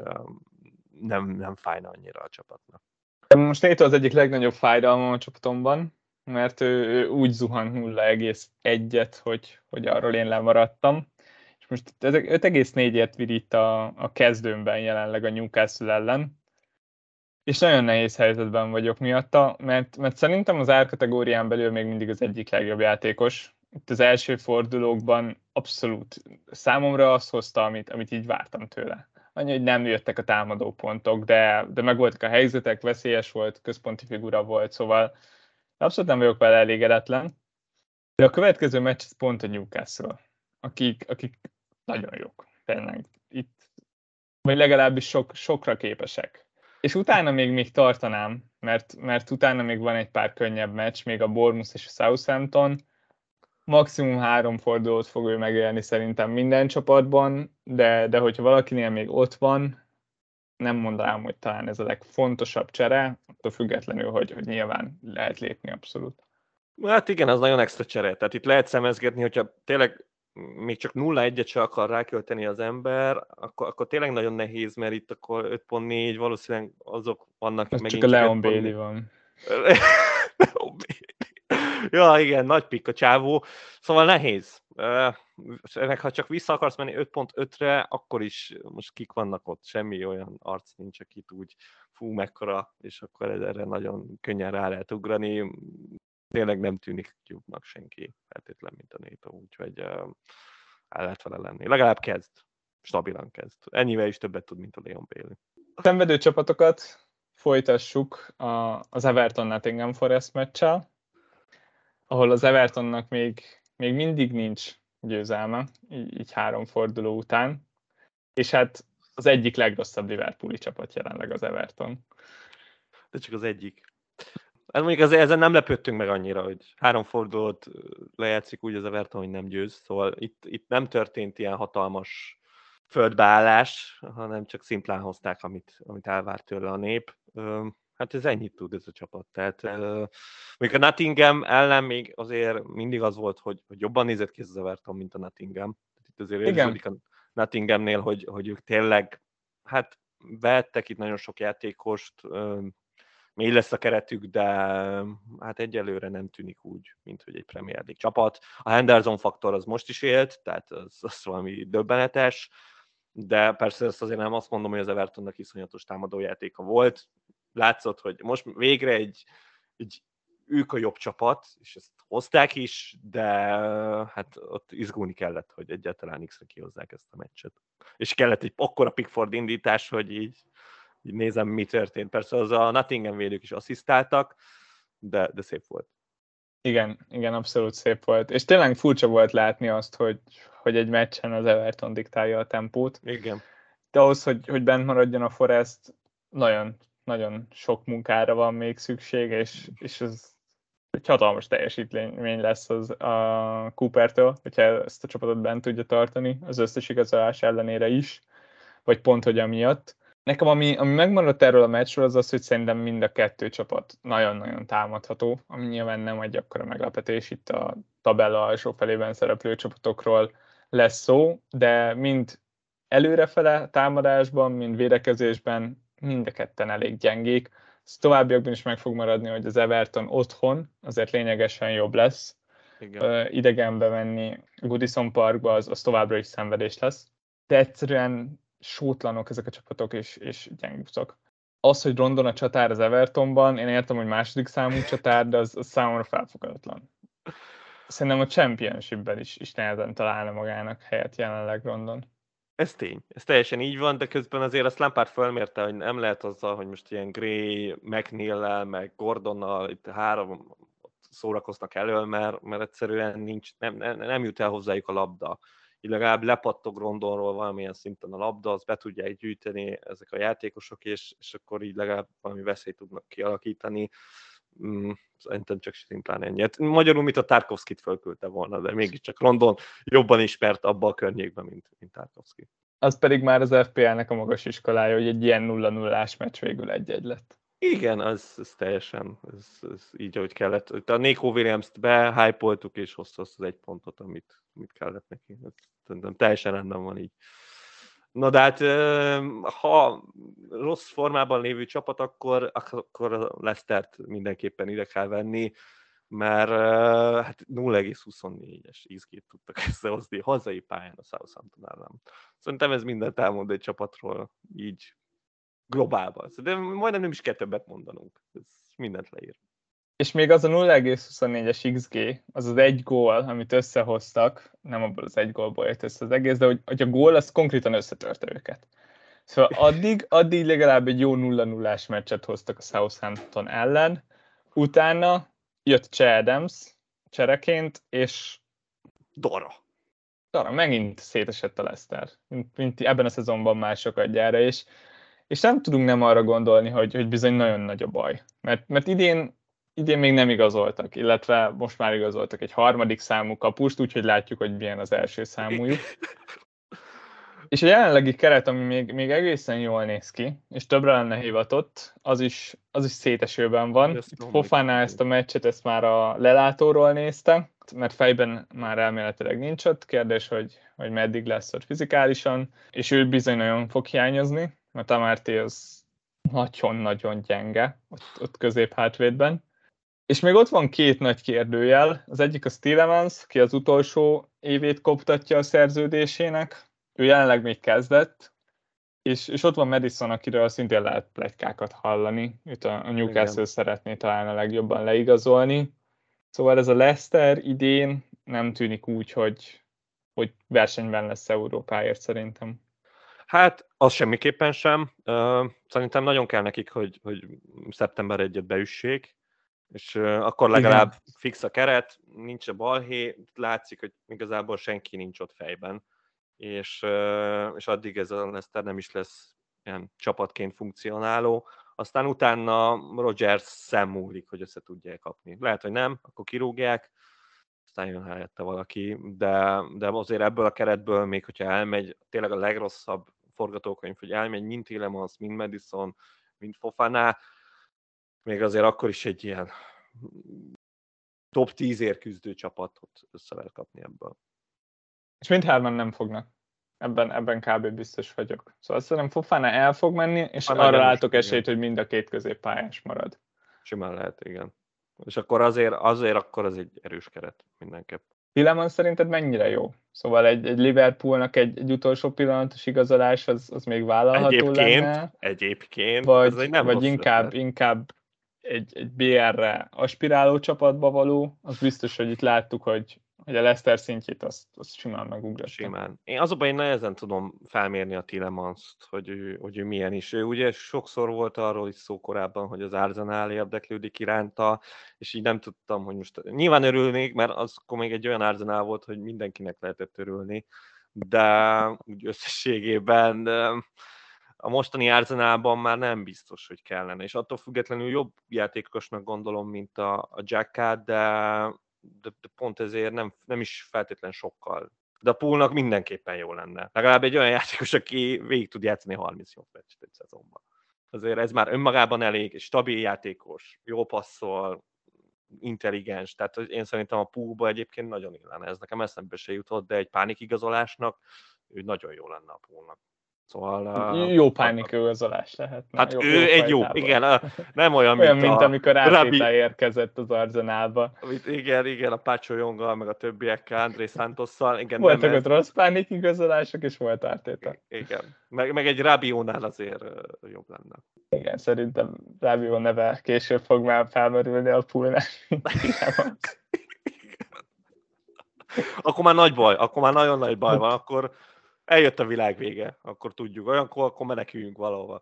nem fájna annyira a csapatnak. Most Nétó az egyik legnagyobb fájdalma a csapatomban, mert ő úgy zuhan 0,1-et, hogy arról én lemaradtam. És most 5,4-ért virít a kezdőmben jelenleg a Newcastle ellen, és nagyon nehéz helyzetben vagyok miatta, mert szerintem az árkategórián belül még mindig az egyik legjobb játékos. Itt az első fordulókban abszolút számomra azt hozta, amit így vártam tőle. Annyi, hogy nem jöttek a támadó pontok, de megvoltak a helyzetek, veszélyes volt, központi figura volt, szóval abszolút nem vagyok vele elégedetlen. De a következő meccs pont a Newcastle, akik nagyon jók, tényleg. Itt, vagy legalábbis sokra képesek. És utána még tartanám, mert utána még van egy pár könnyebb meccs, még a Bournemouth és a Southampton. Maximum 3 fordulót fog ő megélni szerintem minden csapatban, de hogyha valakinél még ott van, nem mondanám, hogy talán ez a legfontosabb csere, attól függetlenül, hogy nyilván lehet lépni abszolút. Hát igen, az nagyon extra csere. Tehát itt lehet szemezgetni, hogyha tényleg még csak 0-1-et se akar rákölteni az ember, akkor tényleg nagyon nehéz, mert itt akkor 5.4, valószínűleg azok vannak az megint csak a Leon Bailey van. Ja, igen, nagy pikk a csávó, szóval nehéz. Meg ha csak vissza akarsz menni 5.5-re, akkor is most kik vannak ott, semmi olyan arc nincs, akit úgy mekkora, és akkor erre nagyon könnyen rá lehet ugrani. Tényleg nem tűnik jobbnak senki, feltétlen, mint a Néto, úgyhogy el lehet vele lenni. Legalább kezd, stabilan kezd. Ennyivel is többet tud, mint a Leon Bailey. A szenvedő csapatokat folytassuk az Everton Nottingham Forest meccsel, ahol az Evertonnak még mindig nincs győzelme, így 3 forduló után, és hát az egyik legrosszabb Liverpooli csapat jelenleg az Everton. De csak az egyik. Hát mondjuk ezen nem lepődtünk meg annyira, hogy 3 fordulót lejátszik úgy az Everton, hogy nem győz, szóval itt nem történt ilyen hatalmas földbeállás, hanem csak szimplán hozták, amit elvárt tőle a nép. Hát ez ennyit tud ez a csapat. Tehát mondjuk a Nottingham ellen még azért mindig az volt, hogy jobban nézett ki ez az Everton, mint a Nottingham. Itt azért érződik a Nottinghamnél, hogy ők tényleg, hát vettek itt nagyon sok játékost, mély lesz a keretük, de hát egyelőre nem tűnik úgy, mint hogy egy Premier League csapat. A Henderson faktor az most is élt, tehát az valami döbbenetes, de persze ezt azért nem azt mondom, hogy az Evertonnak iszonyatos támadójátéka volt. Látszott, hogy most végre egy ők a jobb csapat, és ezt hozták is, de hát ott izgulni kellett, hogy egyáltalán X-re kihozzák ezt a meccset. És kellett egy akkora Pickford indítás, hogy így nézem, mi történt. Persze az a Nottingham védők is asszisztáltak, de szép volt. Igen, abszolút szép volt. És tényleg furcsa volt látni azt, hogy egy meccsen az Everton diktálja a tempót. Igen. De ahhoz, hogy bent maradjon a Forest, nagyon, nagyon sok munkára van még szükség, és ez egy hatalmas teljesítmény lesz az a Coopertől, hogyha ezt a csapatot bent tudja tartani, az összes igazolás ellenére is, vagy pont, hogy amiatt. Nekem ami megmaradt erről a meccsről, az, hogy szerintem mind a 2 csapat nagyon-nagyon támadható, ami nyilván nem egy akkora meglepetés, itt a tabella alsó felében szereplő csapatokról lesz szó, de mind előrefele támadásban, mind védekezésben mind a ketten elég gyengék. Ez továbbiakban is meg fog maradni, hogy az Everton otthon azért lényegesen jobb lesz, Igen. Idegenbe menni Goodison Parkba, az továbbra is szenvedés lesz. De egyszerűen sótlanok ezek a csapatok, és gyengúszok. Az, hogy Rondon a csatár az Evertonban, én értem, hogy második számú csatár, de az számomra felfogadatlan. Szerintem a Championshipben is nehezen találna magának helyet jelenleg Rondon. Ez tény, ez teljesen így van, de közben azért azt Lampard fölmérte, hogy nem lehet azzal, hogy most ilyen Gray, McNeil-lel, meg Gordonnal itt három szórakoznak elől, mert egyszerűen nem jut el hozzájuk a labda. Így legalább lepattog Rondonról valamilyen szinten a labda, azt be tudják gyűjteni ezek a játékosok, és akkor így legalább valami veszélyt tudnak kialakítani. Szerintem csak szimplán ennyi. Hát magyarul, mint a Tarkovskit fölküldte volna, de mégiscsak Rondon jobban ismert abba a környékben, mint Tarkovski. Az pedig már az FPL-nek a magas iskolája, hogy egy ilyen 0-0-ás meccs végül 1-1 lett. Igen, ez teljesen, ez így, ahogy kellett. Itt a Nico Williams-t behypoltuk, és hozta azt az egy pontot, amit kellett neki. Szerintem teljesen rendben van így. Na de hát, ha rossz formában lévő csapat, akkor a Leicestert mindenképpen ide kell venni, mert hát 0,24-es XG-t tudtak összehozni hazai pályán a Southampton ellen. Szerintem ez mindent elmond egy csapatról, így globálban. De majdnem nem is kell többet mondanunk. Ez mindent leír. És még az a 0,24-es XG, az az egy gól, amit összehoztak, nem abból az egy gólból jött össze az egész, de hogy a gól, az konkrétan összetörte őket. Szóval addig legalább egy jó 0-0-ás meccset hoztak a Southampton ellen, utána jött Che Adams csereként, és Dora. megint szétesett a Leicester, mint ebben a szezonban másokadjára, és nem tudunk nem arra gondolni, hogy bizony nagyon nagy a baj. Mert idén még nem igazoltak, illetve most már igazoltak egy harmadik számú kapust, úgyhogy látjuk, hogy milyen az első számújuk. És a jelenlegi keret, ami még egészen jól néz ki, és többre lenne hivatott, az is szétesőben van. Itt Fofana ezt a meccset, ezt már a lelátóról nézte, mert fejben már elméletileg nincs ott. Kérdés, hogy meddig lesz ott fizikálisan, és ő bizony nagyon fog hiányozni, mert Amartey az nagyon-nagyon gyenge ott középhátvédben. És még ott van két nagy kérdőjel. Az egyik a Tielemans, ki az utolsó évét koptatja a szerződésének. Ő jelenleg még kezdett, és ott van Madison, akiről szintén lehet pletykákat hallani. Őt a Newcastle szeretné talán a legjobban leigazolni. Szóval ez a Leicester idén nem tűnik úgy, hogy versenyben lesz Európáért szerintem. Hát, az semmiképpen sem. Szerintem nagyon kell nekik, hogy szeptember 1-et beüssék, és akkor legalább fix a keret, nincs a balhé, látszik, hogy igazából senki nincs ott fejben, és addig ez a Leicester nem is lesz ilyen csapatként funkcionáló. Aztán utána Rodgers szem múlik, hogy össze tudják kapni. Lehet, hogy nem, akkor kirúgják, aztán jön helyette valaki, de azért ebből a keretből, még hogyha elmegy, tényleg a legrosszabb forgatókönyv, hogy elmegy mind Tielemans, mind Madison, mind Fofana, még azért akkor is egy ilyen top 10-ért küzdő csapatot össze lehet kapni ebből. És mindhárman nem fognak. Ebben kb. Biztos vagyok. Szóval szerintem Fofana el fog menni, és arra látok esélyt, hogy mind a két középpályás marad. Simán lehet, igen. És akkor azért akkor az egy erős keret mindenképp. Tielemans szerinted mennyire jó? Szóval egy Liverpoolnak egy utolsó pillanatos igazolás, az még vállalható lenne? Egyébként. Vagy inkább egy BR-re aspiráló csapatba való, az biztos, hogy itt láttuk, hogy a Leicester szintjét azt simán megugratta. Simán. Én azonban nehezen tudom felmérni a Tielemans-t, hogy ő milyen is. Ő ugye sokszor volt arról is szó korábban, hogy az Arsenal érdeklődik iránta, és így nem tudtam, hogy most nyilván örülnék, mert az akkor még egy olyan Arsenal volt, hogy mindenkinek lehetett örülni, de úgy összességében a mostani Arsenalban már nem biztos, hogy kellene, és attól függetlenül jobb játékosnak gondolom, mint a Xhaka, de pont ezért nem is feltétlen sokkal. De a Poolnak mindenképpen jó lenne. Legalább egy olyan játékos, aki végig tud játszani 38 meccset egy szezonban. Azért ez már önmagában elég, stabil játékos, jó passzol, intelligens, tehát én szerintem a Poolba egyébként nagyon illene. Ez nekem eszembe se jutott, de egy pánikigazolásnak ő nagyon jó lenne a Poolnak. Szóval Jó pánikigazolás lehetne, hát jó, ő jó egy jó, fajtából. igen, nem olyan, Olyan, mint mint a amikor Arteta Rabi, érkezett az Arsenalba. igen, a Pacho Jonggal, meg a többiekkel, André Santosszal, igen, nem Voltak ott ez, rossz pánikigazolások, és volt Arteta. igen, meg egy Rabiónál azért jobb lenne. Igen, szerintem Rábió neve később fog már felmerülni a poolnál. Akkor már nagy baj, akkor már nagyon nagy baj van, akkor eljött a világ vége, akkor tudjuk, olyankor akkor meneküljünk valahova.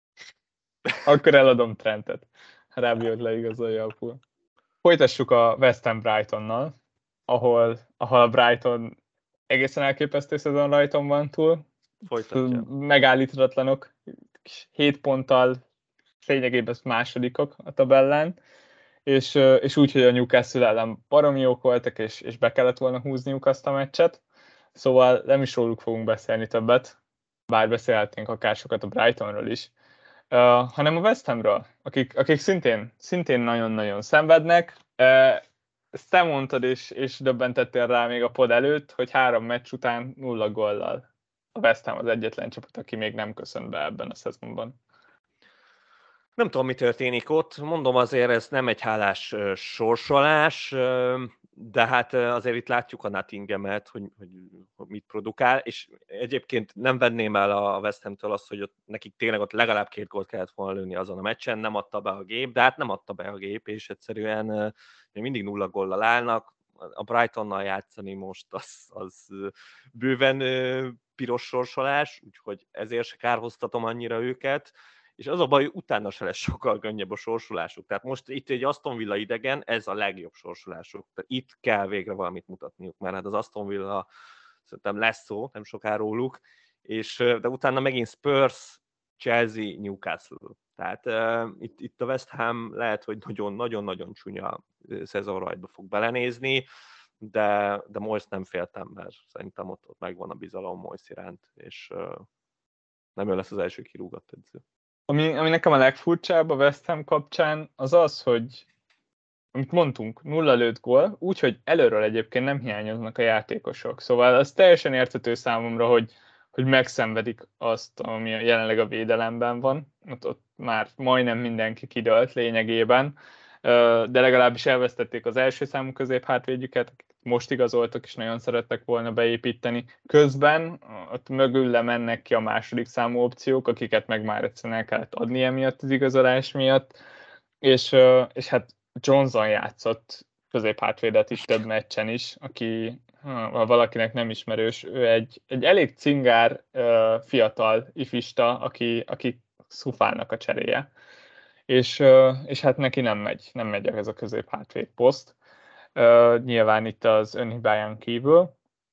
Akkor eladom Trentet. Rábiót leigazolja a pool. Folytassuk a West Ham Brightonnal, ahol a Brighton egészen elképesztő szezon rajton van túl. Folytatja. Megállíthatatlanok, 7 ponttal lényegében másodikok a tabellán, és úgy, hogy a Newcastle ellen baromi jók voltak, és be kellett volna húzniuk azt a meccset. Szóval nem is róluk fogunk beszélni többet, bár beszélhetnénk akár sokat a Brightonról is, hanem a West Hamről, akik szintén nagyon-nagyon szenvednek. Ezt te mondtad, és döbbentettél rá még a pod előtt, hogy 3 meccs után 0 góllal. A West Ham az egyetlen csapat, aki még nem köszönt be ebben a szezonban. Nem tudom, mi történik ott. Mondom, azért ez nem egy hálás sorsolás, de hát azért itt látjuk a Nottinghamet, hogy mit produkál, és egyébként nem venném el a West Hamtől azt, hogy ott, nekik tényleg ott legalább 2 gólt kellett volna lőni azon a meccsen, nem adta be a gép, de hát nem adta be a gép, és egyszerűen mindig 0 góllal állnak. A Brightonnal játszani most az bőven piros sorsolás, úgyhogy ezért se kárhoztatom annyira őket. És az a baj, hogy utána se lesz sokkal könnyebb a sorsolásuk. Tehát most itt egy Aston Villa idegen, ez a legjobb sorsolásuk. Tehát itt kell végre valamit mutatniuk, mert hát az Aston Villa szerintem lesz szó, nem soká róluk, de utána megint Spurs, Chelsea, Newcastle. Tehát itt a West Ham lehet, hogy nagyon-nagyon csúnya szezonrajtba fog belenézni, de Moyes nem féltem, mert szerintem ott megvan a bizalom Moyes iránt, és nem ő lesz az első kirúgott edző. Ami nekem a legfurcsább a West Ham kapcsán, az az, hogy amit mondtunk, 0 lőtt gól, úgyhogy előről egyébként nem hiányoznak a játékosok. Szóval az teljesen érthető számomra, hogy megszenvedik azt, ami jelenleg a védelemben van. Ott már majdnem mindenki kidőlt lényegében, de legalábbis elvesztették az első számú középhátvédjüket, akik most igazoltak, és nagyon szerettek volna beépíteni. Közben ott mögül mennek ki a második számú opciók, akiket meg már egyszerűen el kellett adni emiatt az igazolás miatt, és hát Johnson játszott középhátvédet itt több meccsen is, aki, ha valakinek nem ismerős, ő egy elég cingár fiatal ifista, aki szufálnak a cseréje. És hát neki nem megy ez a középhátvéd poszt. Nyilván itt az önhibáján kívül.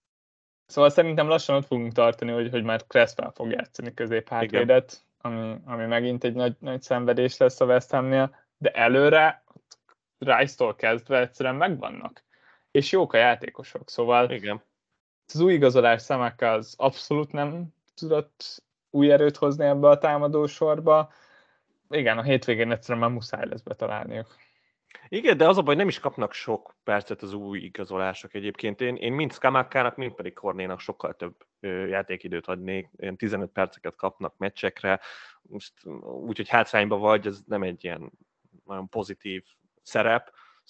Szóval szerintem lassan ott fogunk tartani, hogy már Cresswell fog játszani középhátvédet, ami megint egy nagy szenvedés lesz a West Hamnél, de előre Rice-tól kezdve egyszerűen megvannak. És jók a játékosok, szóval igen. az új igazolás Scamacca az abszolút nem tudott új erőt hozni ebbe a támadósorba. Igen, a hétvégén egyszerűen már muszáj lesz betalálniuk. Igen, de az a baj, nem is kapnak sok percet az új igazolások egyébként. Én mind Scamacca-nak, mind pedig Cornénak sokkal több játékidőt adnék. Ilyen 15 perceket kapnak meccsekre. Most úgyhogy hátrányba vagy, ez nem egy ilyen nagyon pozitív szerep.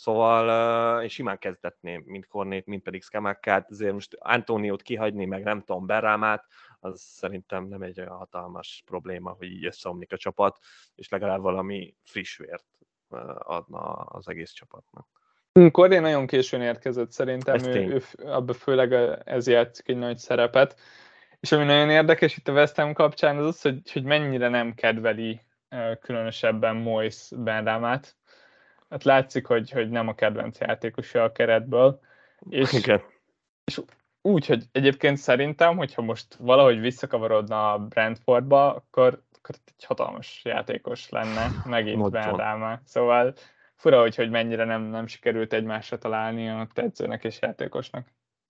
Szóval én simán kezdetném mind Cornét, mind pedig Scamaccát. Azért most Antoniót kihagyni, meg nem tudom, Berrámát, az szerintem nem egy olyan hatalmas probléma, hogy így összeomlik a csapat, és legalább valami friss vért adna az egész csapatnak. Corné nagyon későn érkezett, szerintem ő abban főleg ez játszik egy nagy szerepet. És ami nagyon érdekes itt a West Ham kapcsán az, hogy mennyire nem kedveli különösebben Moyes Benrámát. Hát látszik, hogy nem a kedvenc játékosa a keretből. És úgy, hogy egyébként szerintem, hogyha most valahogy visszakavarodna a Brentfordba, akkor egy hatalmas játékos lenne megint Benráma. Szóval fura, hogy mennyire nem sikerült egymásra találni a edzőnek és játékosnak.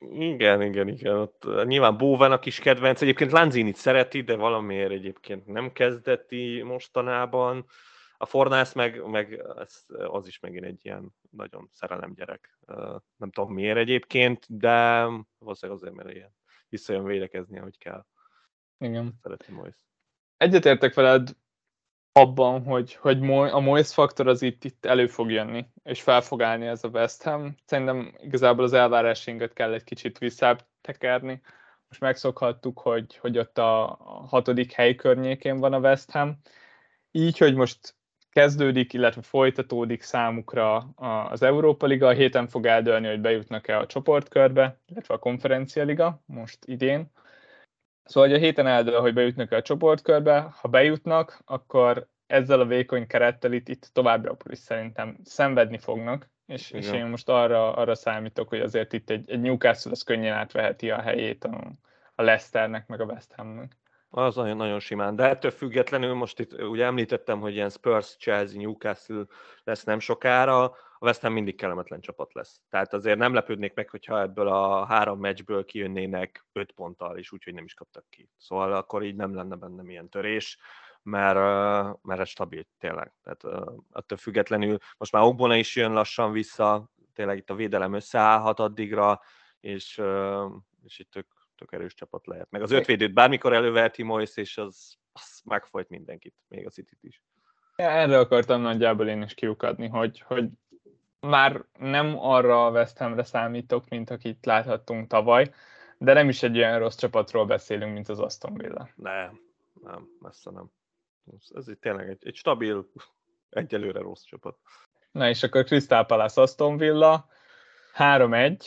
Igen. Ott nyilván Bowennak is kedvenc. Egyébként Lanzinit szereti, de valamiért egyébként nem kezdeti mostanában. A Fornász meg az is megint egy ilyen nagyon szerelem gyerek. Nem tudom miért egyébként, de valószínűleg azért, mert ilyen visszajön védekezni, ahogy kell. Igen. Szereti Moyes. Egyetértek veled abban, hogy a Moyes faktor az itt elő fog jönni, és fel fog állni ez a West Ham. Szerintem igazából az elvárásainkat kell egy kicsit visszább tekerni. Most megszokhattuk, hogy ott a 6. hely környékén van a West Ham. Így, hogy most kezdődik, illetve folytatódik számukra az Európa Liga, a héten fog eldőlni, hogy bejutnak-e a csoportkörbe, illetve a Konferencia Liga most idén. Szóval, hogy a héten eldől, hogy bejutnak a csoportkörbe, ha bejutnak, akkor ezzel a vékony kerettel itt továbbra is szerintem szenvedni fognak, és én most arra számítok, hogy azért itt egy Newcastle az könnyen átveheti a helyét a Leicesternek, meg a West Hamnek. Az nagyon, nagyon simán, de ettől függetlenül most itt ugye említettem, hogy ilyen Spurs, Chelsea, Newcastle lesz nem sokára, a West Ham mindig kellemetlen csapat lesz. Tehát azért nem lepődnék meg, hogyha ebből a 3 meccsből kijönnének 5 ponttal, és úgyhogy nem is kaptak ki. Szóval akkor így nem lenne bennem ilyen törés, mert ez stabil tényleg. Tehát attól függetlenül most már Ogbonna is jön lassan vissza, tényleg itt a védelem összeállhat addigra, és itt tök erős csapat lehet. Meg az 5 védőt bármikor előveheti Moyes, és az megfojt mindenkit, még a Cityt is. Erre akartam nagyjából én is kiukadni, hogy már nem arra a West Hamre számítok, mint akit láthattunk tavaly, de nem is egy olyan rossz csapatról beszélünk, mint az Aston Villa. Nem, messze nem. Ez itt tényleg egy stabil, egyelőre rossz csapat. Na és akkor Crystal Palace Aston Villa 3-1,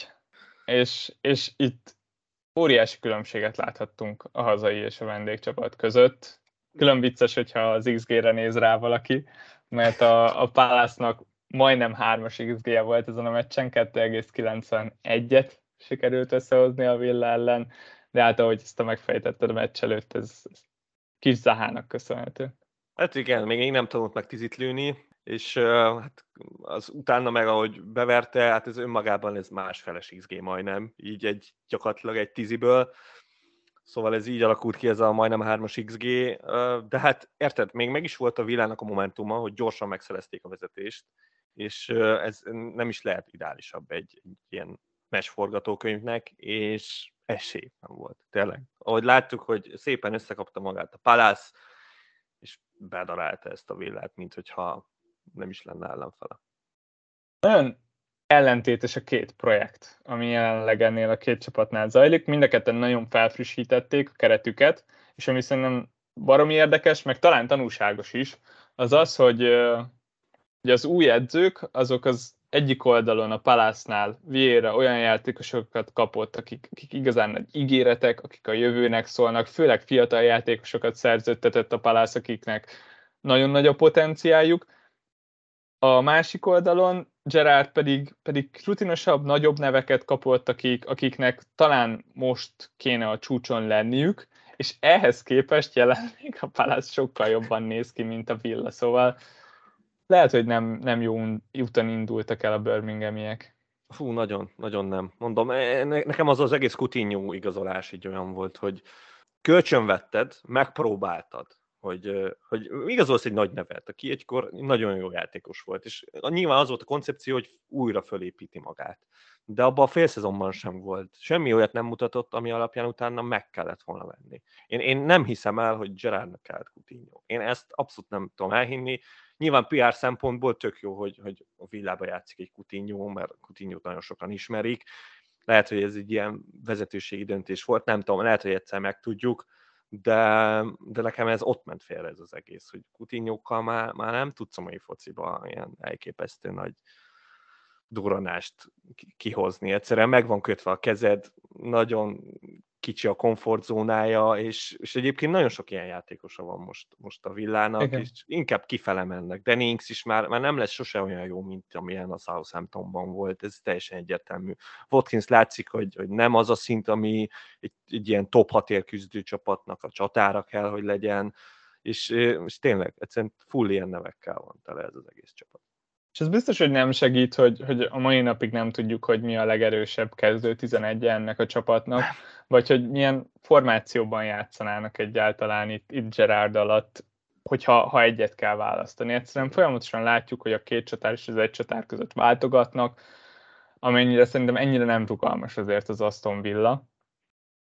és itt óriási különbséget láthattunk a hazai és a vendégcsapat között. Külön vicces, hogyha az XG-re néz rá valaki, mert a Palace-nak majdnem 3-as XG-je volt ezen a meccsen, 2,91-et sikerült összehozni a Villa ellen, de hát ahogy ezt megfejtetted a meccs előtt, ez kis Zahának köszönhető. Hát igen, még én nem tanult meg tizit lőni, és hát az utána meg, ahogy beverte, hát ez önmagában ez másfeles XG majdnem, így gyakorlatilag egy tiziből. Szóval ez így alakult ki ez a majdnem 3-as XG, de hát érted, még meg is volt a Villának a momentuma, hogy gyorsan megszerezték a vezetést, és ez nem is lehet ideálisabb egy ilyen meccs forgatókönyvnek, és esély nem volt, tényleg. Ahogy láttuk, hogy szépen összekapta magát a Palace, és bedarálta ezt a Villát, mint hogyha nem is lenne ellenfele. Nagyon ellentétes a két projekt, ami jelenleg ennél a két csapatnál zajlik. Mind a ketten nagyon felfrissítették a keretüket, és ami szerintem baromi érdekes, meg talán tanulságos is, az az, hogy az új edzők, azok az egyik oldalon a Palace-nál Vieira olyan játékosokat kapott, akik igazán nagy ígéretek, akik a jövőnek szólnak, főleg fiatal játékosokat szerződtetett a Palace, akiknek nagyon nagy a potenciáljuk. A másik oldalon Gerrard pedig rutinosabb, nagyobb neveket kapott, akiknek talán most kéne a csúcson lenniük, és ehhez képest jelenleg a Palace sokkal jobban néz ki, mint a Villa, szóval lehet, hogy nem jó úton indultak el a Birminghamiek. Fú, nagyon, nagyon nem. Mondom, nekem az egész Coutinho igazolás így olyan volt, hogy kölcsönvetted, megpróbáltad, hogy igazolsz egy nagy nevet, aki egykor nagyon jó játékos volt, és nyilván az volt a koncepció, hogy újra fölépíti magát. De abban a félszezonban sem volt. Semmi olyat nem mutatott, ami alapján utána meg kellett volna venni. Én nem hiszem el, hogy Gerrardnak kellett Coutinho. Én ezt abszolút nem tudom elhinni. Nyilván PR szempontból tök jó, hogy a Villába játszik egy Coutinho, mert Coutinho-t nagyon sokan ismerik. Lehet, hogy ez egy ilyen vezetőségi döntés volt, nem tudom, lehet, hogy egyszer megtudjuk, de nekem ez ott ment félre ez az egész, hogy Coutinho-kkal már nem tudsz a mai fociba ilyen elképesztő nagy durranást kihozni. Egyszerűen meg van kötve a kezed, nagyon kicsi a komfortzónája, és egyébként nagyon sok ilyen játékosa van most a Villának, igen. És inkább kifele mennek. Danny Ings is már nem lesz sose olyan jó, mint amilyen a Southamptonban volt, ez teljesen egyértelmű. Watkins látszik, hogy nem az a szint, ami egy ilyen top 6-ért küzdő csapatnak a csatára kell, hogy legyen, és tényleg egyszerűen full ilyen nevekkel van tele ez az egész csapat. És ez biztos, hogy nem segít, hogy a mai napig nem tudjuk, hogy mi a legerősebb kezdő 11 ennek a csapatnak, vagy hogy milyen formációban játszanának egyáltalán itt Gerrard alatt, hogyha egyet kell választani. Egyszerűen folyamatosan látjuk, hogy a két csatár és az egy csatár között váltogatnak, amennyire szerintem ennyire nem rugalmas azért az Aston Villa.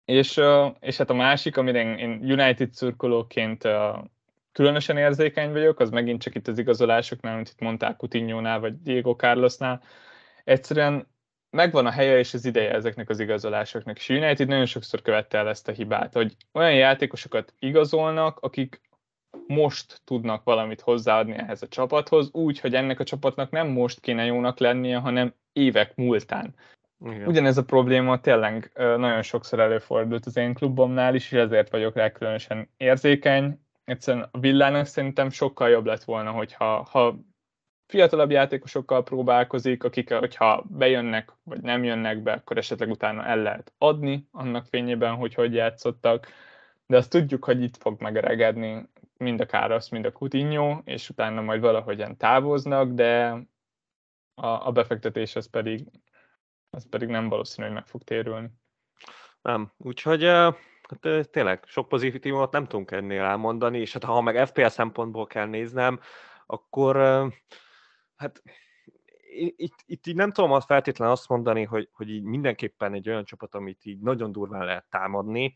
És hát a másik, amire én United szurkolóként különösen érzékeny vagyok, az megint csak itt az igazolásoknál, mint itt mondták Coutinho-nál, vagy Diego Carlosnál. Egyszerűen megvan a helye és az ideje ezeknek az igazolásoknak. És a United nagyon sokszor követte el ezt a hibát, hogy olyan játékosokat igazolnak, akik most tudnak valamit hozzáadni ehhez a csapathoz, úgy, hogy ennek a csapatnak nem most kéne jónak lennie, hanem évek múltán. Igen. Ugyanez a probléma tényleg nagyon sokszor előfordult az én klubomnál is, és ezért vagyok rá különösen érzékeny. Egyszerűen a Villának szerintem sokkal jobb lett volna, hogyha fiatalabb játékosokkal próbálkozik, akik, hogyha bejönnek, vagy nem jönnek be, akkor esetleg utána el lehet adni annak fényében, hogy játszottak. De azt tudjuk, hogy itt fog megeregedni mind a Károsz, mind a Coutinho, és utána majd valahogyan távoznak, de a befektetés az pedig nem valószínű, hogy meg fog térülni. Nem, úgyhogy hát, tényleg sok pozitívumot nem tudunk ennél elmondani, és hát ha meg FPL szempontból kell néznem, akkor hát itt így nem tudom feltétlenül azt mondani, hogy így mindenképpen egy olyan csapat, amit így nagyon durván lehet támadni,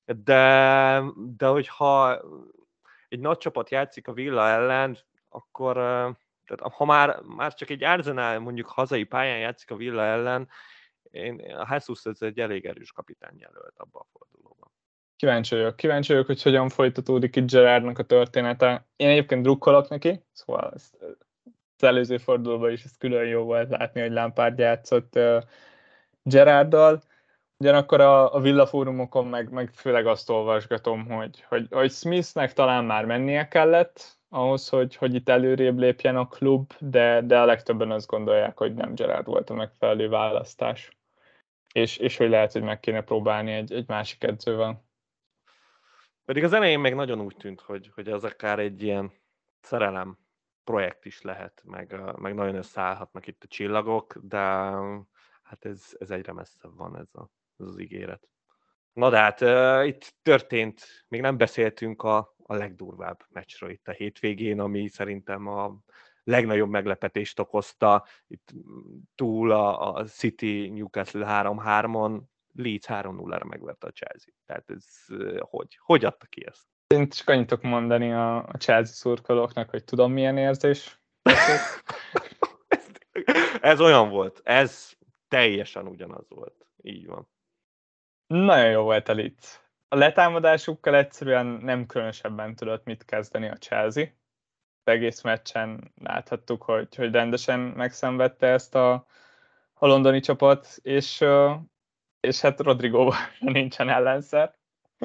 de hogyha egy nagy csapat játszik a Villa ellen, akkor tehát ha már csak egy Arsenal mondjuk hazai pályán játszik a Villa ellen, a Jesus ez egy elég erős kapitányjelölt abban a fordulóban. Kíváncsi vagyok, hogy hogyan folytatódik itt Gerrardnak a története. Én egyébként drukkolok neki, szóval az előző fordulóban is ez külön jó volt látni, hogy Lampard játszott Gerrarddal. Ugyanakkor a Villa fórumokon meg főleg azt olvasgatom, hogy Smithnek talán már mennie kellett ahhoz, hogy itt előrébb lépjen a klub, de a legtöbben azt gondolják, hogy nem Gerrard volt a megfelelő választás. És hogy lehet, hogy meg kéne próbálni egy másik edzővel. Pedig az elején még nagyon úgy tűnt, hogy az akár egy ilyen szerelem projekt is lehet, meg nagyon összeállhatnak itt a csillagok, de hát ez egyre messzebb van ez az ígéret. Na de hát itt történt, még nem beszéltünk a legdurvább meccsről itt a hétvégén, ami szerintem a legnagyobb meglepetést okozta, itt túl a City Newcastle 3-3-on, Leeds 3-0-ra megverte a Chelsea. Tehát ez hogy adta ki ezt? Én csak annyit tudok mondani a Chelsea szurkolóknak, hogy tudom milyen érzés. Ez olyan volt, ez teljesen ugyanaz volt. Így van. Nagyon jó volt a Leeds. A letámadásukkal egyszerűen nem különösebben tudott mit kezdeni a Chelsea. Az egész meccsen láthattuk, hogy rendesen megszenvedte ezt a londoni csapat, és hát Rodrigóban nincsen ellenszer.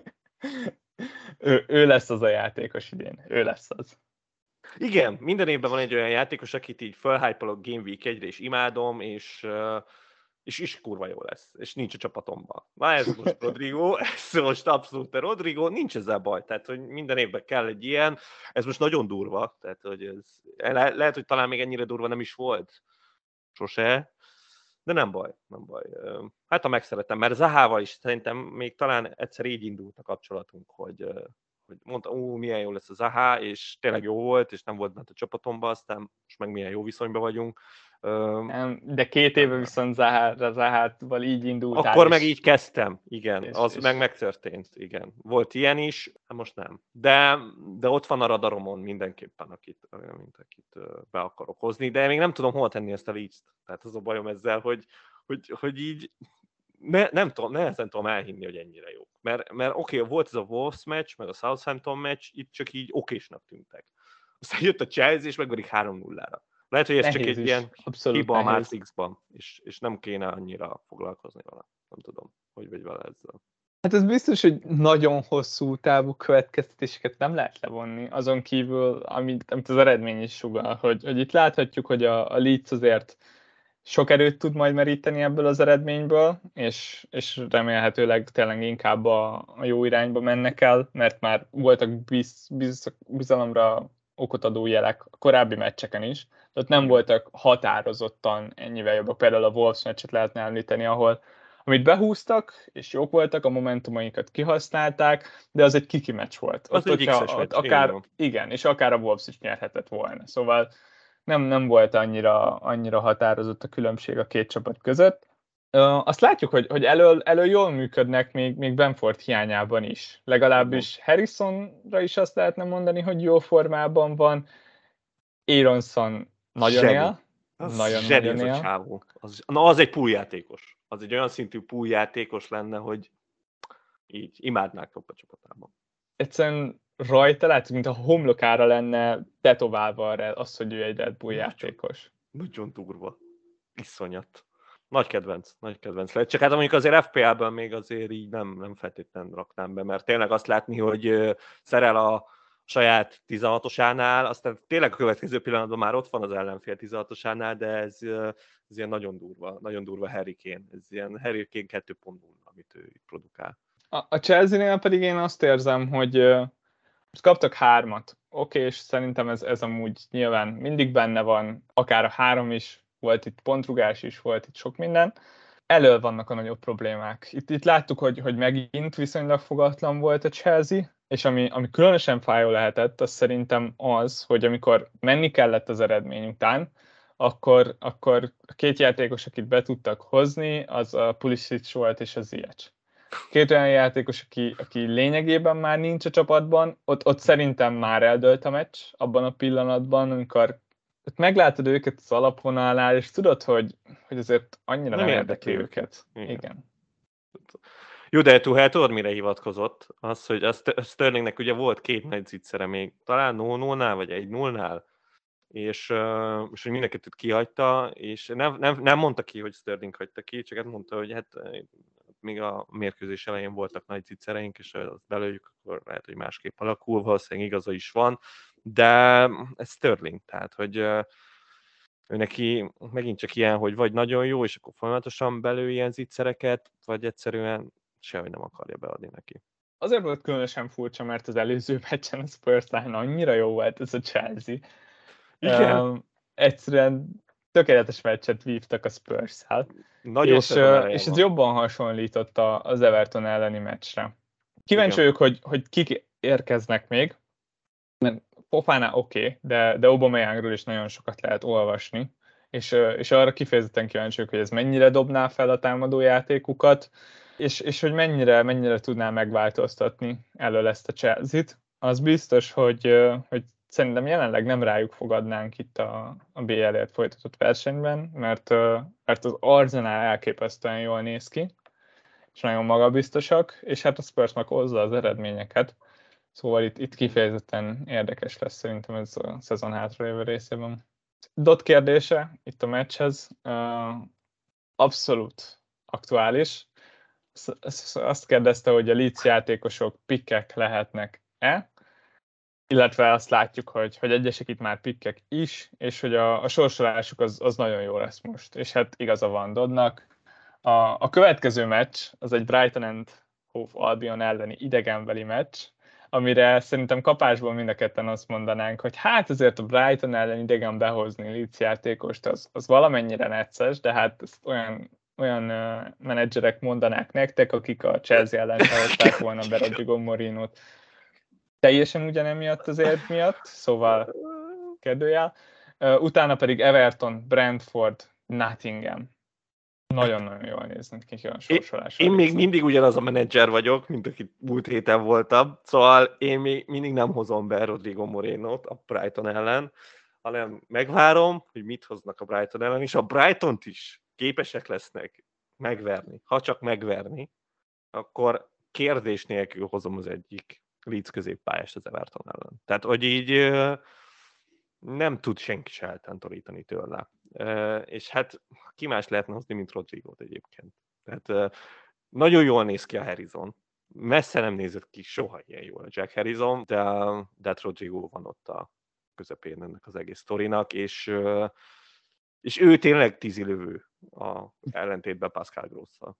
ő lesz az a játékos idén. Ő lesz az. Igen, minden évben van egy olyan játékos, akit így felhype-olok Game Week 1-re, és imádom, és kurva jó lesz, és nincs a csapatomban. Na ez most Rodrigo, ez most abszolút a Rodrigo, nincs ezzel baj, tehát hogy minden évben kell egy ilyen, ez most nagyon durva, tehát hogy lehet, hogy talán még ennyire durva nem is volt sose, de nem baj. Hát ha megszerettem, mert Zahával is szerintem még talán egyszer így indult a kapcsolatunk, hogy mondta, milyen jó lesz a Zaha, és tényleg jó volt, és nem volt bent a csapatomban, aztán most meg milyen jó viszonyban vagyunk. De 2 éve viszont Zahával így indultál. Akkor meg így kezdtem, igen, az meg megtörtént, igen. Volt ilyen is, most nem. De ott van a radaromon mindenképpen, akit be akarok hozni, de még nem tudom hol tenni ezt a Leeds-t. Tehát az a bajom ezzel, hogy így nem tudom, nehezen tudom elhinni, hogy ennyire jó. Mert oké, volt ez a Wolves meccs, meg a Southampton meccs, itt csak így okésnak tűntek. Aztán jött a Chelsea, és megverik 3-0-ra. Lehet, hogy ez nehéz csak egy ilyen hiba a Matrixban, és nem kéne annyira foglalkozni vele. Nem tudom, hogy vagy vele ezzel. Hát ez biztos, hogy nagyon hosszú távú következtetéseket nem lehet levonni, azon kívül, amit az eredmény is sugall, hogy itt láthatjuk, hogy a Leeds azért sok erőt tud majd meríteni ebből az eredményből, és remélhetőleg tényleg inkább a jó irányba mennek el, mert már voltak bizalomra okot adó jelek a korábbi meccseken is, tehát nem voltak határozottan ennyivel jobbak. Például a Wolves meccset lehetne említeni, ahol amit behúztak, és jók voltak, a momentumaikat kihasználták, de az egy kiki meccs volt. Az egy X-es meccs, akár, igen, és akár a Wolves is nyerhetett volna. Szóval nem volt annyira határozott a különbség a két csapat között. Azt látjuk, hogy elől jól működnek még Benford hiányában is. Legalábbis Harrisonra is azt lehetne mondani, hogy jó formában van. Aronson nagyon Zseni. él. Az zseni Nagyon-nagyon ez a él. csávó. Az egy pooljátékos. Az egy olyan szintű pooljátékos lenne, hogy így imádnák a csapatában. Egyszerűen rajta látszik, mint a homlokára lenne tetoválva az, hogy ő egy Red Bull játékos. Nagyon durva. Iszonyat. Nagy kedvenc lehet. Csak hát mondjuk azért FPL-ben még azért így nem feltétlenül raknám be, mert tényleg azt látni, hogy szerel a saját 16-osánál, aztán tényleg a következő pillanatban már ott van az ellenfél 16-osánál, de ez ilyen nagyon durva Harry Kane. Ez ilyen Harry Kane 2.0, amit ő produkál. A Chelsea-nél pedig én azt érzem, hogy kaptak 3. Oké, és szerintem ez amúgy nyilván mindig benne van, akár a 3 is, volt itt pontrugás is, volt itt sok minden. Elől vannak a nagyobb problémák. Itt láttuk, hogy megint viszonylag fogatlan volt a Chelsea, és ami különösen fájó lehetett, az szerintem az, hogy amikor menni kellett az eredmény után, akkor a 2 játékos, akit be tudtak hozni, az a Pulisic volt és a Ziyech. 2 olyan játékos, aki lényegében már nincs a csapatban, ott szerintem már eldőlt a meccs abban a pillanatban, amikor meglátod őket az alapvonalnál, és tudod, hogy azért annyira nem érdekli őket. Igen. Jó, de Tuchel tudod, mire hivatkozott? Az, hogy a Sterlingnek ugye volt 2 nagy zicsere még, talán 0-0-nál, vagy 1-0-nál, és hogy mind a kettőt kihagyta, és nem mondta ki, hogy Sterling hagyta ki, csak mondta, hogy hát még a mérkőzés elején voltak nagy zicsereink, és azt belőjük, akkor lehet, hogy másképp alakul, valószínűleg igaza is van, de ez Sterling, tehát, hogy ő neki megint csak ilyen, hogy vagy nagyon jó, és akkor folyamatosan belő ilyen zicsereket, vagy egyszerűen sehogy nem akarja beadni neki. Azért volt különösen furcsa, mert az előző meccsen a Spurs-nál annyira jó volt ez a Chelsea. Igen. Egyszerűen tökéletes meccset vívtak a Spurs-szel. És ez jobban hasonlított az Everton elleni meccsre. Kíváncsi vagyok, hogy kik érkeznek még, mert Fofana oké, de Aubameyangról is nagyon sokat lehet olvasni, és arra kifejezetten kíváncsi vagyok, hogy ez mennyire dobná fel a támadó játékukat, és hogy mennyire tudná megváltoztatni elől ezt a Chelsea-t. Az biztos, hogy szerintem jelenleg nem rájuk fogadnánk itt a BL-ért folytatott versenyben, mert az Arsenal elképesztően jól néz ki, és nagyon magabiztosak, és hát a Spurs meg hozza az eredményeket. Szóval itt kifejezetten érdekes lesz szerintem ez a szezon hátralévő részében. Dot kérdése itt a meccshez abszolút aktuális. Azt kérdezte, hogy a Leeds játékosok pikkek lehetnek-e, illetve azt látjuk, hogy egyesek itt már pikkek is, és hogy a sorsolásuk az nagyon jó lesz most. És hát igaza van Doddnak. A következő meccs az egy Brighton and Hove Albion elleni idegenbeli meccs, amire szerintem kapásból mind a ketten azt mondanánk, hogy hát azért a Brighton ellen idegen behozni Leeds játékost, az valamennyire necces, de hát ezt olyan menedzserek mondanák nektek, akik a Chelsea ellen se hozták volna be Rodrigo Morinót. Teljesen ugyanemiatt az érv miatt, szóval kérdőjel. Utána pedig Everton, Brentford, Nottingham. Nagyon-nagyon jól néznek ki a sorsolásra. Én még mindig ugyanaz a menedzser vagyok, mint aki múlt héten voltam, szóval én még mindig nem hozom be Rodrigo Morinót a Brighton ellen, hanem megvárom, hogy mit hoznak a Brighton ellen, és a Brightont is képesek lesznek megverni. Ha csak megverni, akkor kérdés nélkül hozom az egyik Leeds középpályást az Everton ellen. Tehát, hogy így nem tud senki se eltántorítani tőle. És hát ki más lehetne hozni, mint Rodrigo-t egyébként. Tehát nagyon jól néz ki a Harrison. Messze nem nézett ki soha ilyen jól a Jack Harrison, de Rodrigo van ott a közepén ennek az egész sztorinak, és ő tényleg tízilövő a ellentétben Pascal Grosszal.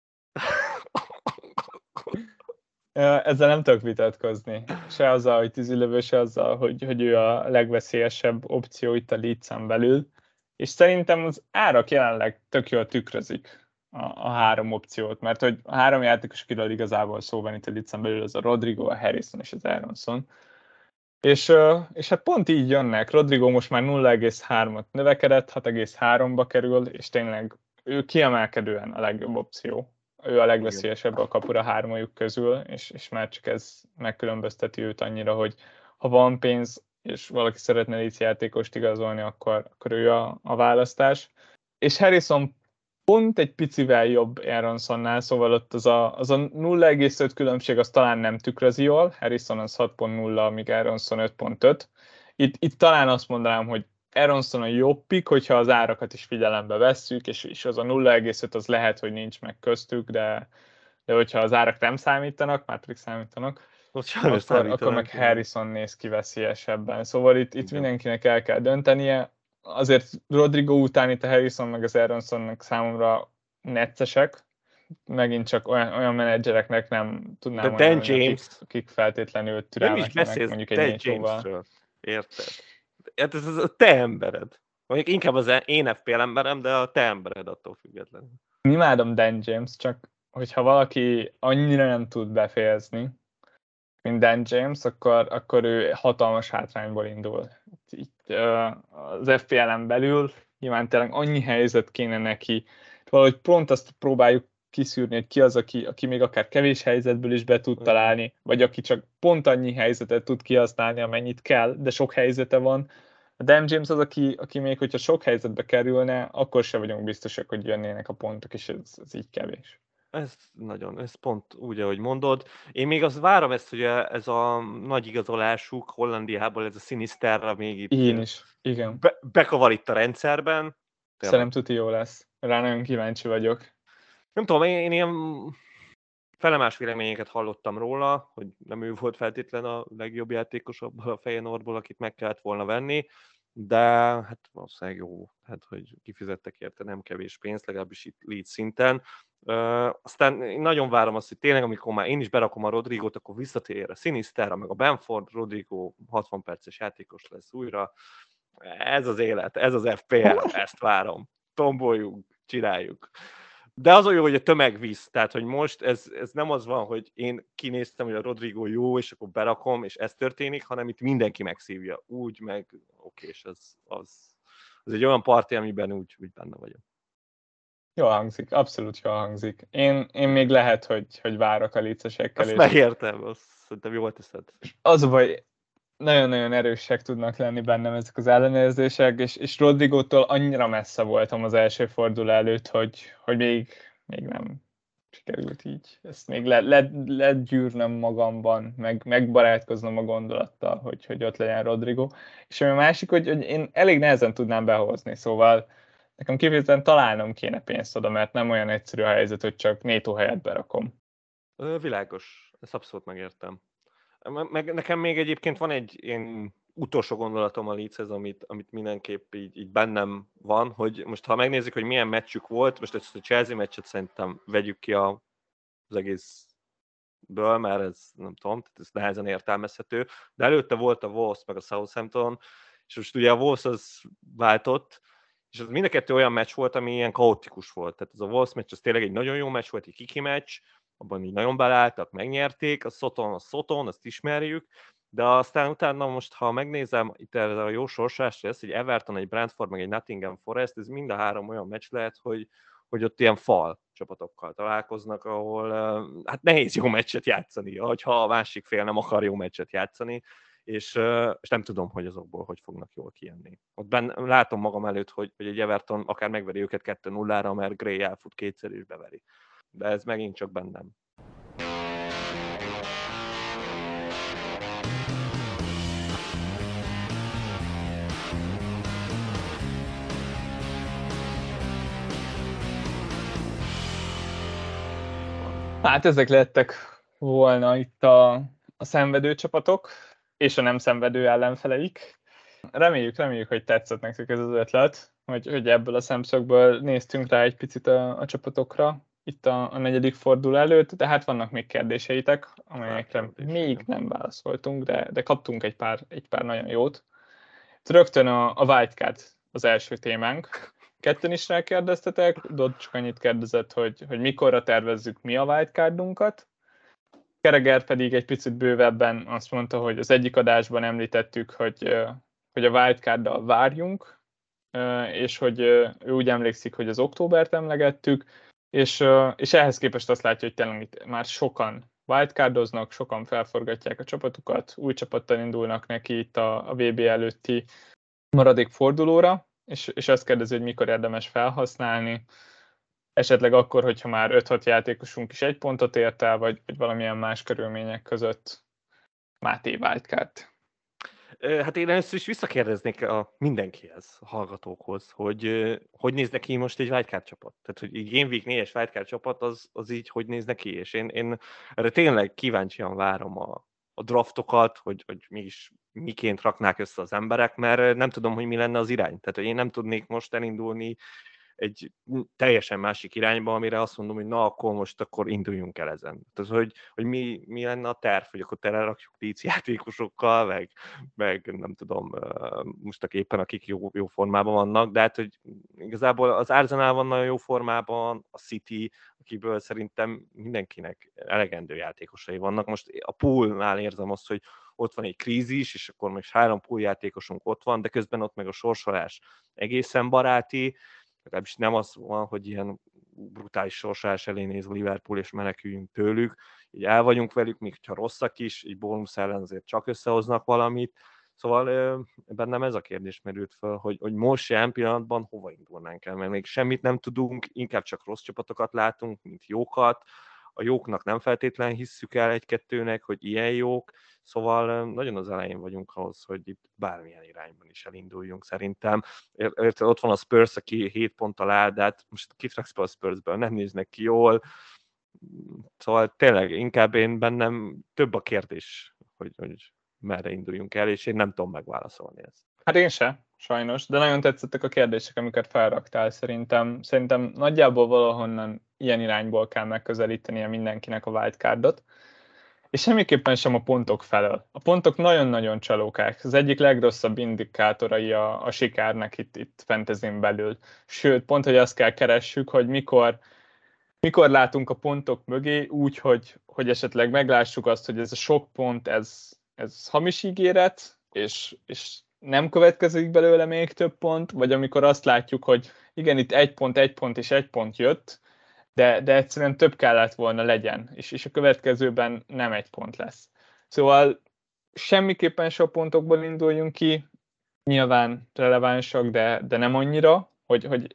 Ezzel nem tudok vitatkozni. Se azzal, hogy tízilövő, se azzal, hogy ő a legveszélyesebb opció itt a Leeds-en belül. És szerintem az árak jelenleg tök jól tükrözik a 3 opciót, mert hogy a 3 játékos, akiről igazából szó van itt a Leeds-en belül, az a Rodrigo, a Harrison és az Aronson. És hát pont így jönnek. Rodrigo most már 0,3-ot növekedett, 6,3-ba kerül, és tényleg ő kiemelkedően a legjobb opció. Ő a legveszélyesebb a kapura hármajuk közül, és már csak ez megkülönbözteti őt annyira, hogy ha van pénz, és valaki szeretne Leeds játékost igazolni, akkor ő a választás. És Harrison pont egy picivel jobb Aronsonnál, szóval ott az a 0,5 különbség az talán nem tükrözi jól, Harrison az 6.0, míg Aronson 5.5. Itt talán azt mondanám, hogy Aronson a jobb pick, hogyha az árakat is figyelembe vesszük, és az a 0,5 az lehet, hogy nincs meg köztük, de hogyha az árak nem számítanak, már pedig számítanak, akkor meg Harrison néz ki veszélyesebben. Szóval itt mindenkinek el kell döntenie. Azért Rodrigo után itt a Harrison meg az Aronsonnak számomra neccesek. Megint csak olyan menedzsereknek nem tudnám mondani, akik feltétlenül türelmetlenek mondjuk egy Nétóval. Érted? Hát ez a te embered. Mondjuk inkább az én FPL emberem, de a te embered attól függetlenül. Imádom Dan James, csak hogyha valaki annyira nem tud befejezni, mint Dan James, akkor ő hatalmas hátrányból indul. Itt az FPL-en belül nyilván tényleg annyi helyzet kéne neki, valahogy pont azt próbáljuk kiszűrni, hogy ki az, aki még akár kevés helyzetből is be tud találni, vagy aki csak pont annyi helyzetet tud kihasználni, amennyit kell, de sok helyzete van. A Dan James az, aki még hogyha sok helyzetbe kerülne, akkor se vagyunk biztosak, hogy jönnének a pontok, és ez így kevés. Ez pont úgy, ahogy mondod. Én még azt várom ezt, hogy ez a nagy igazolásuk Hollandiából, ez a Sinisterra még itt én is, igen. Bekavar itt a rendszerben. Szerintem tuti jó lesz. Rá nagyon kíváncsi vagyok. Nem tudom, én ilyen felemás véleményeket hallottam róla, hogy nem ő volt feltétlen a legjobb játékos abból a Feyenoordból, akit meg kellett volna venni, de hát valószínűleg jó, hát hogy kifizettek érte nem kevés pénzt, legalábbis itt Leeds szinten. Aztán én nagyon várom azt, hogy tényleg, amikor már én is berakom a Rodrigot, akkor visszatér a Sinisterra, meg a Bamford, Rodrigo 60 perces játékos lesz újra. Ez az élet, ez az FPL, ezt várom. Tomboljunk, csináljuk. De az a jó, hogy a tömeg visz, tehát hogy most ez nem az van, hogy én kinéztem, hogy a Rodrigo jó, és akkor berakom, és ez történik, hanem itt mindenki megszívja. Úgy, meg oké, és az egy olyan parti, amiben úgy benne vagyok. Jól hangzik, abszolút jól hangzik. Én még lehet, hogy várok a Leedsesekkel. Azt megértem, azt szerintem jól teszed. Az a baj, nagyon-nagyon erősek tudnak lenni bennem ezek az ellenérzések, és Rodrigótól annyira messze voltam az első forduló előtt, hogy még nem sikerült így. Ezt még legyűrnöm magamban, megbarátkoznom a gondolattal, hogy ott legyen Rodrigo. És a másik, hogy én elég nehezen tudnám behozni, szóval nekem kifejezetten találnom kéne pénzt oda, mert nem olyan egyszerű a helyzet, hogy csak Neto helyett berakom. Világos, ezt abszolút megértem. Meg nekem még egyébként van egy ilyen utolsó gondolatom a Leedshez, amit mindenképp így bennem van, hogy most ha megnézzük, hogy milyen meccsük volt, most ezt a Chelsea meccset szerintem vegyük ki az egészből, mert ez nem tudom, ez nehezen értelmezhető, de előtte volt a Wolves meg a Southampton, és most ugye a Wolves az váltott, és az mind a kettő olyan meccs volt, ami ilyen kaotikus volt. Tehát ez a Wolves meccs az tényleg egy nagyon jó meccs volt, egy kiki meccs, abban így nagyon belálltak, megnyerték, a Soton, azt ismerjük, de aztán utána most, ha megnézem itt erre a jó sorsásra, ez egy Everton, egy Brentford, meg egy Nottingham Forest, ez mind a három olyan meccs lehet, hogy ott ilyen fal csapatokkal találkoznak, ahol hát nehéz jó meccset játszani, ha a másik fél nem akar jó meccset játszani, és nem tudom, hogy azokból hogy fognak jól kijönni. Ott látom magam előtt, hogy egy Everton akár megveri őket 2-0-ra, mert Gray elfut kétszer és beveri. De ez megint csak bennem. Hát ezek lettek volna itt a szenvedő csapatok, és a nem szenvedő ellenfeleik. Reméljük, hogy tetszett nektek ez az ötlet, hogy ebből a szemszögből néztünk rá egy picit a csapatokra itt a negyedik forduló előtt, de hát vannak még kérdéseitek, amelyekre még nem válaszoltunk, de kaptunk egy pár nagyon jót. Rögtön a wildcard az első témánk. Ketten is rákérdeztetek, Dodd csak annyit kérdezett, hogy mikorra tervezzük mi a wildcardunkat. Kereger pedig egy picit bővebben azt mondta, hogy az egyik adásban említettük, hogy a wildcarddal várjunk, és hogy ő úgy emlékszik, hogy az októbert emlegettük, és ehhez képest azt látja, hogy tényleg itt már sokan wildcardoznak, sokan felforgatják a csapatukat, új csapattal indulnak neki itt a VB előtti maradék fordulóra, és azt kérdezi, hogy mikor érdemes felhasználni, esetleg akkor, hogyha már 5-6 játékosunk is egy pontot ért el, vagy valamilyen más körülmények között. Máté wildcard. Hát én először is visszakérdeznék mindenkihez, a hallgatókhoz, hogy néz neki most egy wildcard csapat. Tehát, hogy egy Game Week 4-es wildcard csapat, az így hogy néz neki, és én erre tényleg kíváncsian várom a draftokat, hogy mégis miként raknák össze az emberek, mert nem tudom, hogy mi lenne az irány. Tehát, hogy én nem tudnék most elindulni egy teljesen másik irányba, amire azt mondom, hogy na, akkor induljunk el ezen. Tehát, hogy mi lenne a terv, hogy akkor telerakjuk 10 játékosokkal, meg nem tudom, most éppen akik jó formában vannak, de hát, hogy igazából az Arsenal van nagyon jó formában, a City, akiből szerintem mindenkinek elegendő játékosai vannak. Most a poolnál érzem azt, hogy ott van egy krízis, és akkor most 3 pool játékosunk ott van, de közben ott meg a sorsolás egészen baráti, legalábbis nem az van, hogy ilyen brutális sorsás elé néz a Liverpool, és meneküljünk tőlük. Így el vagyunk velük, még ha rosszak is, így Bournemouth ellen azért csak összehoznak valamit. Szóval bennem ez a kérdés merült fel, hogy most jelen pillanatban hova indulnánk el, mert még semmit nem tudunk, inkább csak rossz csapatokat látunk, mint jókat. A jóknak nem feltétlenül hisszük el egy-kettőnek, hogy ilyen jók, szóval nagyon az elején vagyunk ahhoz, hogy itt bármilyen irányban is elinduljunk szerintem. Ott van a Spurs, aki 7 ponttal áll, de hát most kit raksz be a Spursből, nem néznek ki jól. Szóval tényleg inkább én bennem több a kérdés, hogy merre induljunk el, és én nem tudom megválaszolni ezt. Hát én se, sajnos, de nagyon tetszettek a kérdések, amiket felraktál szerintem. Szerintem nagyjából valahonnan ilyen irányból kell megközelítenie mindenkinek a wildcardot, és semmiképpen sem a pontok felől. A pontok nagyon-nagyon csalókák. Az egyik legrosszabb indikátorai a sikernek itt fantasyn belül. Sőt, pont, hogy azt kell keressük, hogy mikor látunk a pontok mögé, úgy, hogy esetleg meglássuk azt, hogy ez a sok pont, ez hamis ígéret, és nem következik belőle még több pont, vagy amikor azt látjuk, hogy igen, itt egy pont és egy pont jött, de egyszerűen több kellett volna legyen, és a következőben nem egy pont lesz. Szóval semmiképpen se a pontokból induljunk ki, nyilván relevánsak, de nem annyira, hogy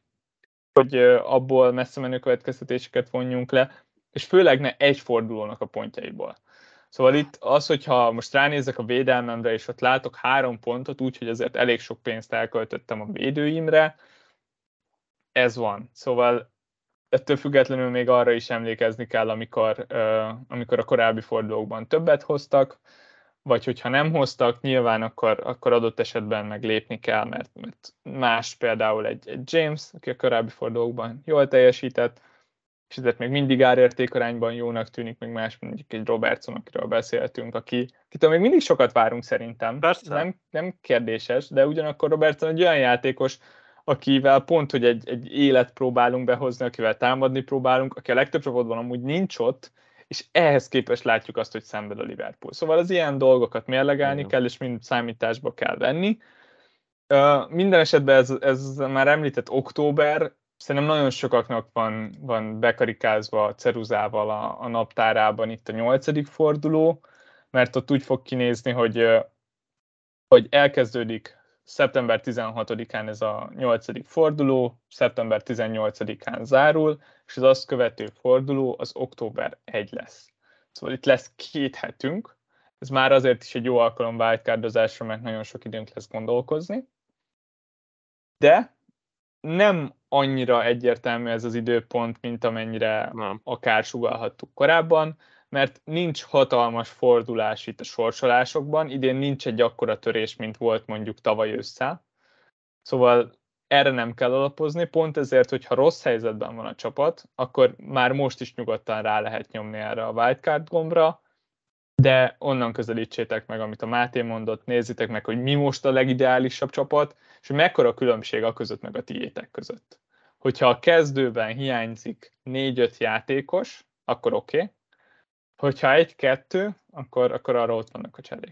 abból messze menő következtetéseket vonjunk le, és főleg ne egy fordulónak a pontjaiból. Szóval itt az, hogyha most ránézek a védelmemre, és ott látok 3 pontot, úgyhogy azért elég sok pénzt elköltöttem a védőimre, ez van. Szóval ettől függetlenül még arra is emlékezni kell, amikor a korábbi fordulókban többet hoztak, vagy hogyha nem hoztak, nyilván akkor adott esetben meg lépni kell, mert más például egy James, aki a korábbi fordulókban jól teljesített, és ezért még mindig árértékarányban jónak tűnik, még más mondjuk egy Robertson, akiről beszéltünk, akitől még mindig sokat várunk szerintem. Persze. Nem kérdéses, de ugyanakkor Robertson egy olyan játékos, akivel pont, hogy egy élet próbálunk behozni, akivel támadni próbálunk, aki a legtöbb csapatban amúgy nincs ott, és ehhez képest látjuk azt, hogy szenved a Liverpool. Szóval az ilyen dolgokat mérlegelni kell, és mind számításba kell venni. Minden esetben ez már említett október, szerintem nagyon sokaknak van bekarikázva a ceruzával a naptárában itt a 8. forduló, mert ott úgy fog kinézni, hogy elkezdődik szeptember 16-án ez a 8. forduló, szeptember 18-án zárul, és az azt követő forduló az október 1 lesz. Szóval itt lesz 2 hetünk, ez már azért is egy jó alkalom wildcardozásra, mert nagyon sok időnk lesz gondolkozni, de nem annyira egyértelmű ez az időpont, mint amennyire akár sugallhattuk korábban, mert nincs hatalmas fordulás itt a sorsolásokban, idén nincs egy akkora törés, mint volt mondjuk tavaly ősszel. Szóval erre nem kell alapozni, pont ezért, hogyha rossz helyzetben van a csapat, akkor már most is nyugodtan rá lehet nyomni erre a wildcard gombra, de onnan közelítsétek meg, amit a Máté mondott, nézzétek meg, hogy mi most a legideálisabb csapat, és hogy mekkora a különbség a között, meg a tiétek között. Hogyha a kezdőben hiányzik 4-5 játékos, akkor oké. Hogyha 1-2, akkor arra ott vannak a cserék.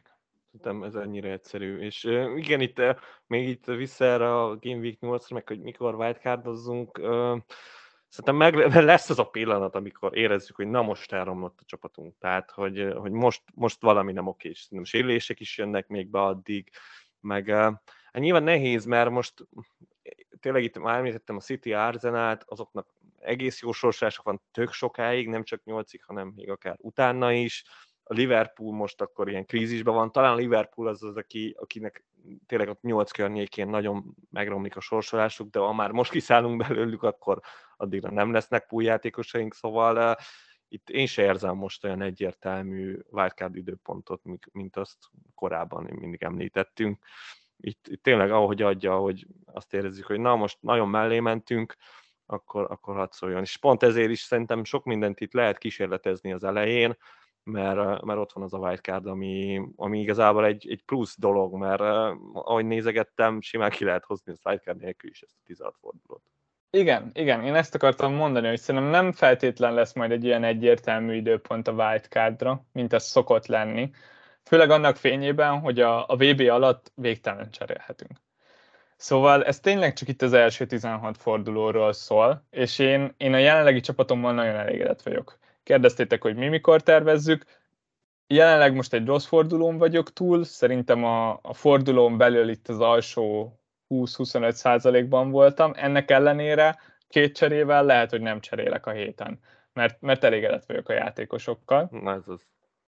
Szerintem ez ennyire egyszerű. És igen, itt még itt vissza erre a Game Week 8-ra, meg hogy mikor wildcardozzunk, szerintem lesz az a pillanat, amikor érezzük, hogy na most elromlott a csapatunk. Tehát, hogy most valami nem oké, és szerintem sérülések is jönnek még be addig, meg hát nyilván nehéz, mert most tényleg itt már említettem a City Arsenalt, azoknak egész jó sorsolások van tök sokáig, nem csak 8-ig, hanem még akár utána is. A Liverpool most akkor ilyen krízisben van, talán a Liverpool az, akinek tényleg a 8 környékén nagyon megromlik a sorsolásuk, de ha már most kiszállunk belőlük, akkor addigra nem lesznek pooljátékosaink, szóval itt én se érzem most olyan egyértelmű wildcard időpontot, mint azt korábban mindig említettünk. Itt tényleg ahogy adja, hogy azt érezzük, hogy na most nagyon mellé mentünk, akkor hadd szóljon. És pont ezért is szerintem sok mindent itt lehet kísérletezni az elején, mert ott van az a wildcard, ami igazából egy plusz dolog, mert ahogy nézegettem, simán ki lehet hozni a wildcard nélkül is ezt a 16 fordulót. Igen, én ezt akartam mondani, hogy szerintem nem feltétlen lesz majd egy ilyen egyértelmű időpont a wildcardra, mint ez szokott lenni. Főleg annak fényében, hogy a VB alatt végtelen cserélhetünk. Szóval ez tényleg csak itt az első 16 fordulóról szól, és én a jelenlegi csapatommal nagyon elégedett vagyok. Kérdeztétek, hogy mi mikor tervezzük. Jelenleg most egy rossz fordulón vagyok túl, szerintem a fordulón belül itt az alsó 20-25%-ban voltam, ennek ellenére 2 cserével lehet, hogy nem cserélek a héten, mert elégedett vagyok a játékosokkal. Na ez az.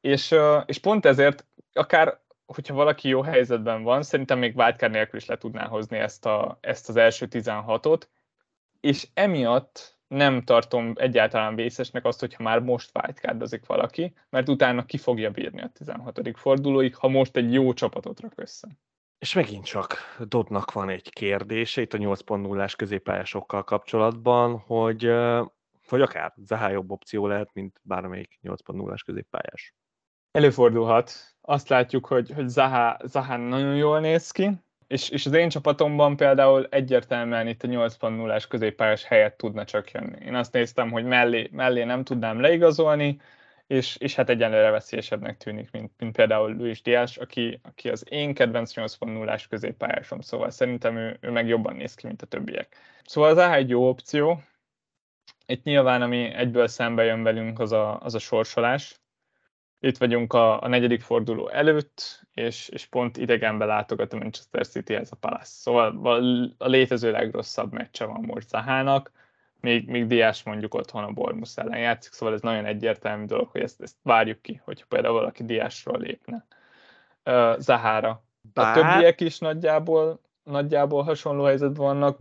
És pont ezért, akár hogyha valaki jó helyzetben van, szerintem még wildcard nélkül is le tudná hozni ezt az első 16-ot, és emiatt nem tartom egyáltalán vészesnek azt, hogyha már most wildcardozik valaki, mert utána ki fogja bírni a 16. fordulóig, ha most egy jó csapatot rak össze. És megint csak Doddnak van egy kérdése itt a 8.0-ás középpályásokkal kapcsolatban, hogy akár Zaha jobb opció lehet, mint bármelyik 8.0-ás középpályás. Előfordulhat. Azt látjuk, hogy Zaha nagyon jól néz ki, és az én csapatomban például egyértelműen itt a 8.0-ás középpályás helyett tudna csak jönni. Én azt néztem, hogy mellé nem tudnám leigazolni, és hát egyenlőre veszélyesebbnek tűnik, mint például Luis Diaz, aki az én kedvenc 8.0-ás középpályásom, szóval szerintem ő meg jobban néz ki, mint a többiek. Szóval az Zaha egy jó opció. Itt nyilván, ami egyből szembe jön velünk, az a sorsolás. Itt vagyunk a negyedik forduló előtt, és pont idegenbe látogat a Manchester City ez a Palace. Szóval a létező legrosszabb meccse van most Zahának, még Diás mondjuk otthon a Bournemouth ellen játszik, szóval ez nagyon egyértelmű dolog, hogy ezt várjuk ki, hogyha például valaki Diásról lépne Zahára. A többiek is nagyjából hasonló helyzetben vannak,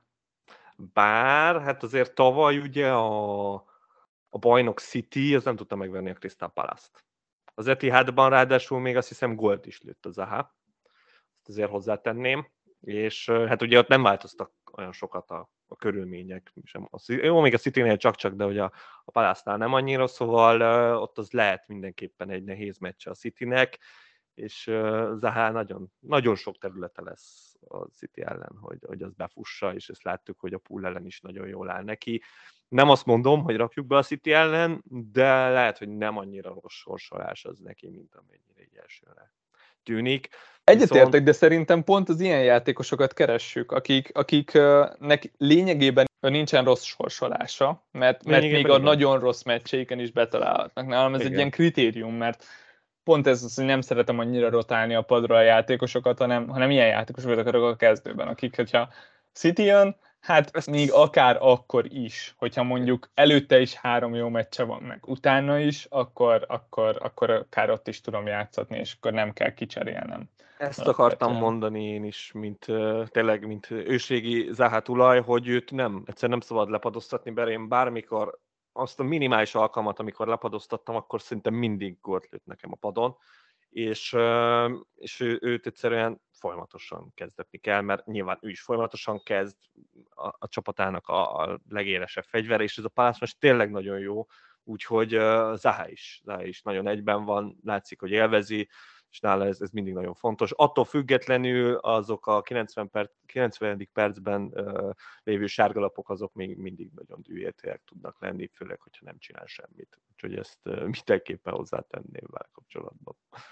bár hát azért tavaly ugye a bajnok City az nem tudta megvenni a Crystal Palace-t. Az Etihadban ráadásul még azt hiszem gólt is lőtt a Zaha, ezt azért hozzátenném, és hát ugye ott nem változtak olyan sokat a körülmények. Sem. Jó, még a City-nél csak, de ugye a Palace-nál nem annyira, szóval ott az lehet mindenképpen egy nehéz meccs a Citynek, és Zaha nagyon, nagyon sok területe lesz a City ellen, hogy az befussa, és ezt láttuk, hogy a Pool ellen is nagyon jól áll neki. Nem azt mondom, hogy rakjuk be a City ellen, de lehet, hogy nem annyira rossz sorsolás az neki, mint amennyire így elsőre tűnik. Egyetértek, de szerintem pont az ilyen játékosokat keressük, akiknek lényegében nincsen rossz sorsolása, mert még a nagyon rossz meccseiken is betalálhatnak. Nálam ez egy ilyen kritérium, mert pont ez az, hogy nem szeretem annyira rotálni a padra a játékosokat, hanem ilyen játékosokat akarok a kezdőben, akik, hogyha City jön, hát még akár akkor is, hogyha mondjuk előtte is 3 jó meccse van, meg utána is, akkor akár ott is tudom játszatni, és akkor nem kell kicserélnem. Ezt akartam mondani én is, tényleg, mint ősrégi Zaha tulaj, hogy őt egyszerűen nem szabad lepadoztatni, mert én bármikor azt a minimális alkalmat, amikor lepadoztattam, akkor szerintem mindig gólt lőtt nekem a padon, és őt egyszerűen folyamatosan kezdetni kell, mert nyilván ő is folyamatosan kezd a csapatának a legélesebb fegyvere, és ez a Palace most tényleg nagyon jó, úgyhogy Zaha is nagyon egyben van, látszik, hogy élvezi, és nála ez mindig nagyon fontos. Attól függetlenül azok a 90. percben lévő sárgalapok, azok még mindig nagyon dühértőek tudnak lenni, főleg, hogyha nem csinál semmit. Úgyhogy ezt mindenképpen hozzátenném vele kapcsolatban.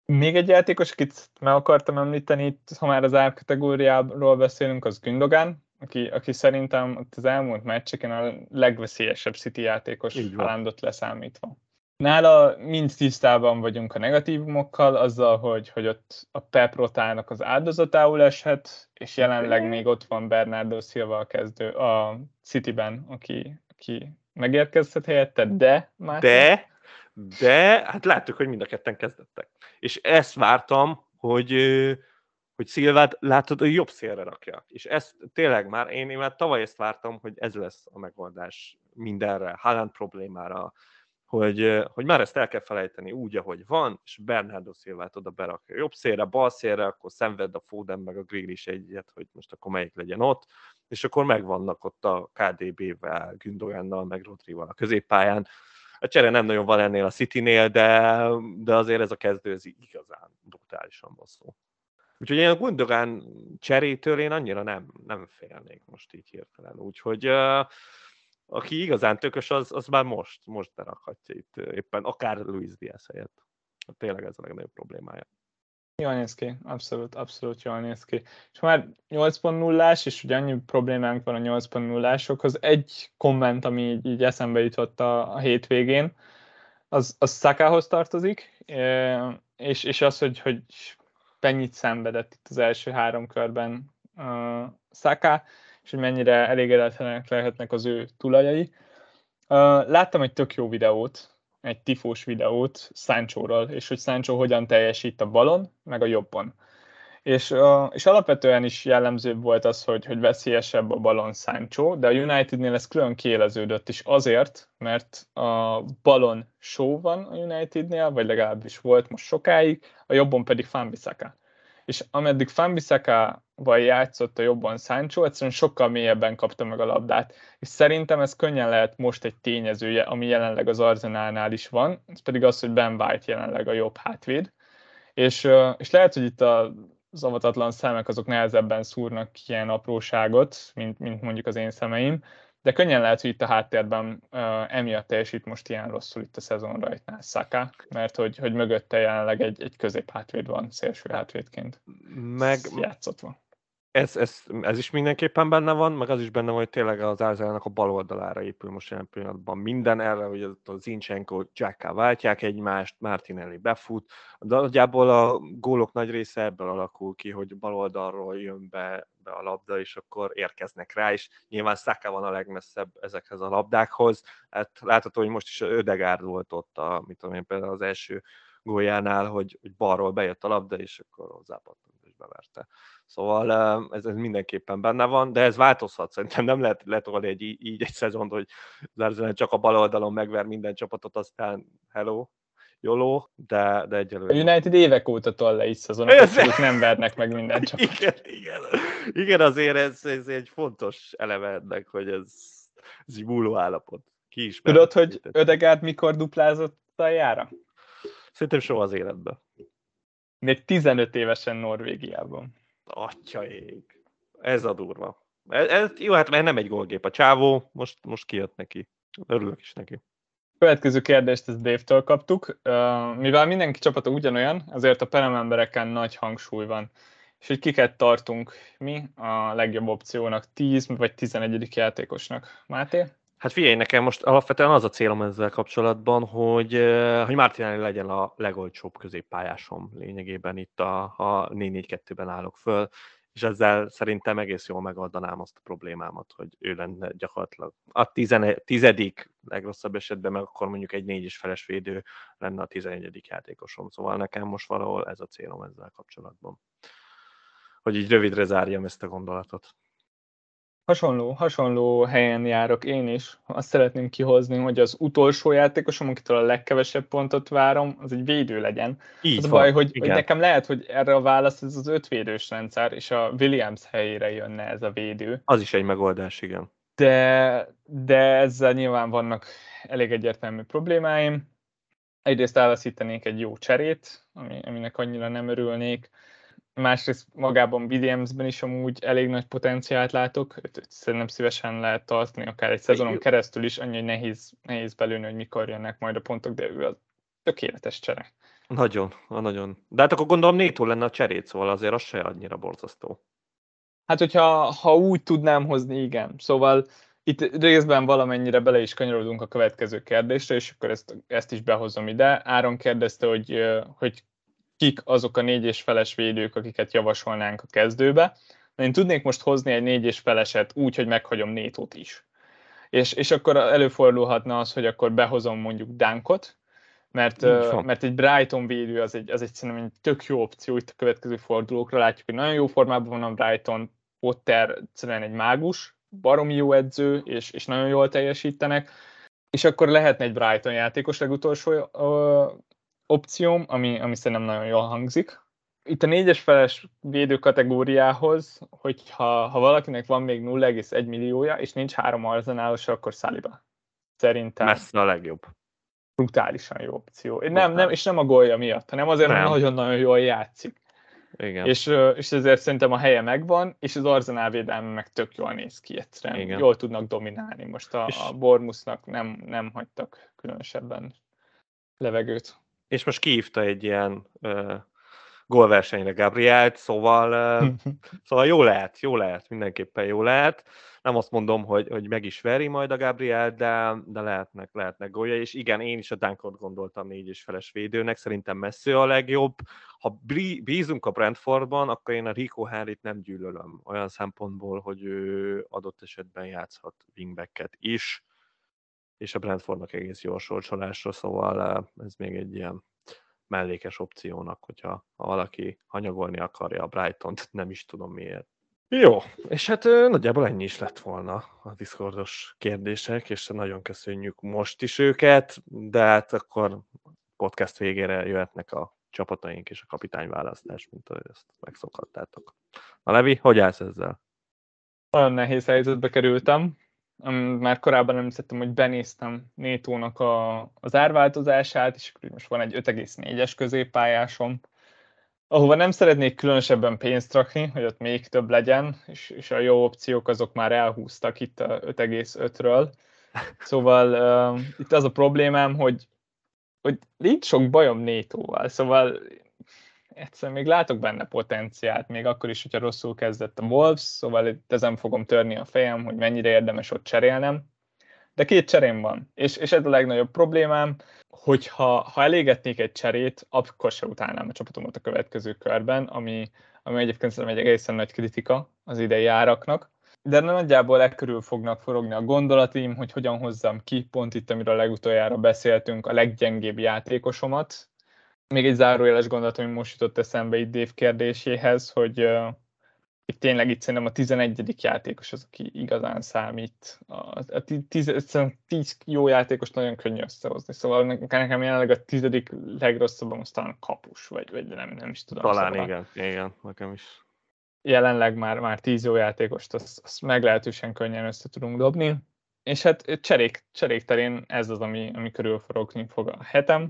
Még egy játékos, akit meg akartam említeni itt, ha már az árkategóriáról beszélünk, az Gündogan, aki szerintem az elmúlt meccseken a legveszélyesebb City játékos, Így van. Haalandot leszámítva. Nála mind tisztában vagyunk a negatívumokkal, azzal, hogy ott a Pep rotálnak az áldozatául eshet, és jelenleg még ott van Bernardo Silva a kezdő a Cityben, aki megérkezhet helyette, de Máté? De, hát láttuk, hogy mind a ketten kezdettek. És ezt vártam, hogy Szilvát látod, hogy jobb szélre rakja. És ezt tényleg én már tavaly ezt vártam, hogy ez lesz a megoldás mindenre, Haaland problémára, hogy már ezt el kell felejteni úgy, ahogy van, és Bernardo Silvát oda berakja jobb szélre, bal szélre, akkor szenved a Foden meg a Grealish egyet, hogy most akkor melyik legyen ott, és akkor megvannak ott a KDB-vel, Gündogannal, meg Rodrival a középpályán. A csere nem nagyon van ennél a Citynél, de azért ez a kezdő ez igazán brutálisan bosszú. Úgyhogy én a Gundogan cserétől én annyira nem félnék most így hirtelen. Úgyhogy aki igazán tökös, az már most berakhatja itt éppen, akár Luis Diaz helyett. Tényleg ez a legnagyobb problémája. Jól néz ki, abszolút jól néz ki. És már 8.0-ás, és ugye annyi problémánk van a 8.0-ásokhoz. Egy komment, ami így eszembe jutott a hétvégén, az Sakahoz tartozik, és az, hogy mennyit szenvedett itt az első 3 körben Saka, és hogy mennyire elégedetlenek lehetnek az ő tulajai. Láttam egy tök jó videót, egy tifós videót Sanchóról, és hogy Sancho hogyan teljesít a balon, meg a jobbon. És alapvetően is jellemzőbb volt az, hogy veszélyesebb a balon Sancho, de a Unitednél ez külön kiéleződött is azért, mert a balon show van a Unitednél, vagy legalábbis volt most sokáig, a jobbon pedig Wan-Bissaka. És ameddig Wan-Bissaka-val játszott a jobban Sancho, egyszerűen sokkal mélyebben kapta meg a labdát. És szerintem ez könnyen lehet most egy tényezője, ami jelenleg az Arsenalnál is van, ez pedig az, hogy Ben White jelenleg a jobb hátvéd. És lehet, hogy itt az avatatlan szemek azok nehezebben szúrnak ilyen apróságot, mint mondjuk az én szemeim, de könnyen lehet, hogy itt a háttérben emiatt teljesít most ilyen rosszul itt a szezon rajtnál Saka, mert hogy mögötte jelenleg egy középhátvéd van, szélső hátvédként játszatva. Ez is mindenképpen benne van, meg az is benne van, hogy tényleg az Arsenalnak a bal oldalára épül most jelen pillanatban minden erre, hogy a Zinchenko, Xhaka váltják egymást, Martinelli befut, de nagyjából a gólok nagy része ebből alakul ki, hogy bal oldalról jön be a labda, és akkor érkeznek rá, és nyilván Saka van a legmesszebb ezekhez a labdákhoz. Hát látható, hogy most is Ödegaard volt ott, mit tudom én, például az első góljánál, hogy balról bejött a labda, és akkor hozzápattant és beverte. Szóval ez mindenképpen benne van, de ez változhat. Szerintem nem lehet letolni így egy szezont, hogy az Arsenal csak a bal oldalon megver minden csapatot, aztán hello, YOLO, de egyelőre... A United évek óta tol le így szezonokat, hogy nem vernek meg minden csapatot. Igen, azért ez egy fontos eleme ennek, hogy ez egy múló állapot. Tudod, hogy Ödegaard mikor duplázott aljára? Szerintem soha az életben. Még 15 évesen Norvégiában. Atyaég. Ez a durva. Jó, hát mert nem egy gólgép a csávó, most kijött neki. Örülök is neki. Következő kérdést ezt Dave-től kaptuk. Mivel mindenki csapata ugyanolyan, azért a peremembereken nagy hangsúly van. És hogy kiket tartunk mi a legjobb opciónak, 10 vagy 11. játékosnak. Máté? Hát figyelj, nekem most alapvetően az a célom ezzel kapcsolatban, hogy Martinelli legyen a legolcsóbb középpályásom lényegében itt a 4-4-2-ben állok föl, és ezzel szerintem egész jól megoldanám azt a problémámat, hogy ő lenne gyakorlatilag a 10. legrosszabb esetben, meg akkor mondjuk egy 4-es feles védő lenne a 11. játékosom. Szóval nekem most valahol ez a célom ezzel kapcsolatban. Hogy így rövidre zárjam ezt a gondolatot. Hasonló helyen járok én is. Azt szeretném kihozni, hogy az utolsó játékosom, akitől a legkevesebb pontot várom, az egy védő legyen. Így az a van, baj, hogy nekem lehet, hogy erre a válasz ez az 5 védős rendszer, és a Williams helyére jönne ez a védő. Az is egy megoldás, igen. De ezzel nyilván vannak elég egyértelmű problémáim. Egyrészt elveszítenék egy jó cserét, aminek annyira nem örülnék. Másrészt magában Williamsben is amúgy elég nagy potenciált látok, őt szerintem szívesen lehet tartani, akár egy szezonon keresztül is, annyi, hogy nehéz belőni, hogy mikor jönnek majd a pontok, de ő a tökéletes csere. Nagyon, nagyon. De hát akkor gondolom Nétó lenne a cserét, szóval azért az se annyira borzasztó. Hát, hogyha úgy tudnám hozni, igen. Szóval itt részben valamennyire bele is kanyarodunk a következő kérdésre, és akkor ezt is behozom ide. Áron kérdezte, hogy kik azok a 4,5-es védők, akiket javasolnánk a kezdőbe. Én tudnék most hozni egy 4,5-eset úgy, hogy meghagyom Nétót is. És akkor előfordulhatna az, hogy akkor behozom mondjuk Dunkot, Így van. mert egy Brighton védő az egy szerintem egy tök jó opció itt a következő fordulókra. Látjuk, hogy nagyon jó formában van a Brighton, Potter egyszerűen egy mágus, baromi jó edző, és nagyon jól teljesítenek, és akkor lehetne egy Brighton játékos legutolsó opcióm, ami szerintem nagyon jól hangzik. Itt a 4,5-es védő kategóriához, hogyha valakinek van még 0,1 milliója, és nincs 3 arzenálos, akkor Saliba. Szerintem Messze a legjobb. brutálisan jó opció. Brutális. És nem a gólja miatt, hanem azért, mert Nem. nagyon-nagyon jól játszik. Igen. És ezért szerintem a helye megvan, és az Arsenal védelme meg tök jól néz ki egyszerűen. Igen. Jól tudnak dominálni. Most a Bournemouthnak nem hagytak különösebben levegőt. És most kihívta egy ilyen gólversenyre Gabrielt, szóval jó lehet, mindenképpen jó lehet. Nem azt mondom, hogy meg is veri majd a Gabriel, de lehetnek gólja, és igen, én is a Dunkot gondoltam 4,5-es védőnek, szerintem messze a legjobb. Ha bízunk a Brentfordban, akkor én a Rico Henryt nem gyűlölöm, olyan szempontból, hogy ő adott esetben játszhat wingbacket is, és a Brentfordnak egész jó a sorsolásra, szóval ez még egy ilyen mellékes opciónak, hogyha valaki hanyagolni akarja a Brightont, nem is tudom miért. Jó, és hát nagyjából ennyi is lett volna a Discordos kérdések, és nagyon köszönjük most is őket, de hát akkor podcast végére jöhetnek a csapataink és a kapitányválasztás, mint ahogy ezt megszokhattátok. Na Levi, hogy állsz ezzel? Nagyon nehéz helyzetbe kerültem. Már korábban említettem, hogy benéztem Nétónak az árváltozását, és akkor most van egy 5,4-es középpályásom, ahova nem szeretnék különösebben pénzt rakni, hogy ott még több legyen, és a jó opciók azok már elhúztak itt a 5,5-ről. Szóval itt az a problémám, hogy nincs sok bajom Nétóval, szóval egyszerűen még látok benne potenciált, még akkor is, hogyha rosszul kezdett a Wolves, szóval itt ezen fogom törni a fejem, hogy mennyire érdemes ott cserélnem. De 2 cserém van, és ez a legnagyobb problémám, hogy ha elégetnék egy cserét, akkor se utálnám a csapatomat a következő körben, ami egyébként szerintem egy egészen nagy kritika az idei áraknak. De nagyjából ekkörül fognak forogni a gondolatim, hogy hogyan hozzam ki, pont itt, amiről legutoljára beszéltünk, a leggyengébb játékosomat. Még egy zárójeles gondolat, ami most jutott eszembe itt Dave kérdéséhez, hogy itt tényleg itt szerintem a 11. játékos az, aki igazán számít. A 10 jó játékos nagyon könnyű összehozni, szóval nekem jelenleg a 10. legrosszabbam aztán kapus, vagy nem is tudom. Talán szóval igen, nekem is. jelenleg már 10 jó játékost, azt meglehetősen könnyen össze tudunk dobni. És hát cserék terén ez az, ami körül forogni fog a hetem.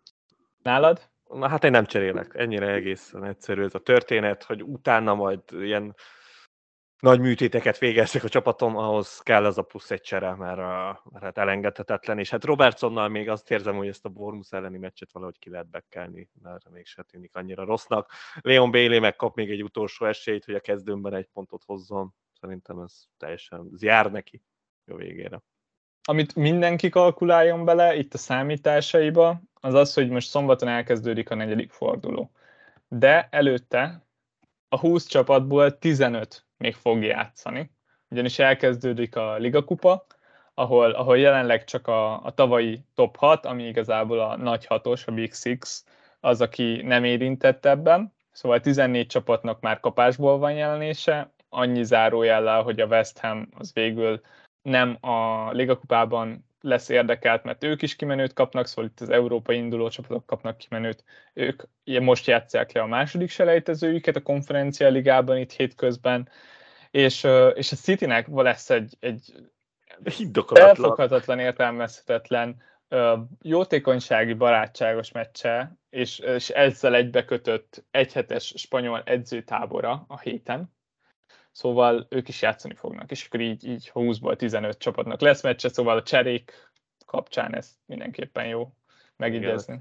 Nálad? Na hát én nem cserélek, ennyire egészen egyszerű ez a történet, hogy utána majd ilyen nagy műtéteket végezzek a csapatom, ahhoz kell az a plusz egy csere, mert hát elengedhetetlen, és hát Robertsonnal még azt érzem, hogy ezt a Bournemouth elleni meccset valahogy ki lehet bekkelni, mert még se tűnik annyira rossznak. Leon Bailey megkap még egy utolsó esélyt, hogy a kezdőmben egy pontot hozzon. Szerintem ez jár neki jó végére. Amit mindenki kalkuláljon bele itt a számításaiba, az az, hogy most szombaton elkezdődik a 4. forduló. De előtte a 20 csapatból 15 még fog játszani, ugyanis elkezdődik a Ligakupa, ahol jelenleg csak a tavalyi top 6, ami igazából a nagy hatos, a Big Six, az, aki nem érintett ebben. Szóval 14 csapatnak már kapásból van jelenése, annyi zárójellel, hogy a West Ham az végül nem a Ligakupában lesz érdekelt, mert ők is kimenőt kapnak, szóval itt az európai induló csapatok kapnak kimenőt. Ők most játsszák le a második selejtezőjüket a konferencia ligában itt hétközben, és a Citynek lesz egy elfoghatatlan, értelmezhetetlen jótékonysági barátságos meccse, és ezzel egybekötött egyhetes spanyol edzőtábora a héten. Szóval ők is játszani fognak, és akkor így 20-ból 15 csapatnak lesz meccse, szóval a cserék kapcsán ez mindenképpen jó megjegyezni.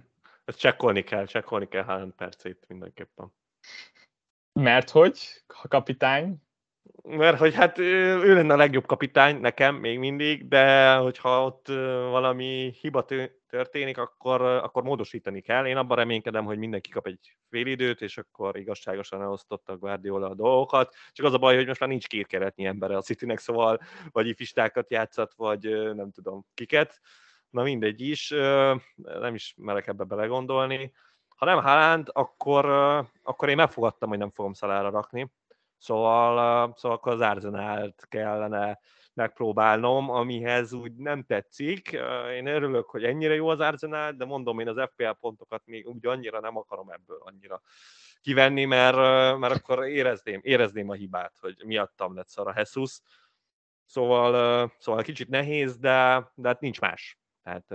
Ezt csekkolni kell Haaland percét mindenképpen. Mert hogy a kapitány? Mert hogy hát ő lenne a legjobb kapitány nekem még mindig, de hogyha ott valami hiba történik, akkor módosítani kell. Én abban reménykedem, hogy mindenki kap egy félidőt, és akkor igazságosan elosztotta Guardiola a dolgokat. Csak az a baj, hogy most már nincs két keretnyi embere a Citynek, szóval vagy ifistákat játszat, vagy nem tudom kiket. Na mindegy is, nem is merek ebbe belegondolni. Ha nem Haaland, akkor én megfogadtam, hogy nem fogom Salára rakni. Szóval akkor az Arsenált kellene megpróbálnom, amihez úgy nem tetszik. Én örülök, hogy ennyire jó az Arsenal, de mondom, én az FPL pontokat még úgy annyira nem akarom ebből annyira kivenni, mert akkor érezném a hibát, hogy miattam lett szar a Jesus. Szóval kicsit nehéz, de hát nincs más. Tehát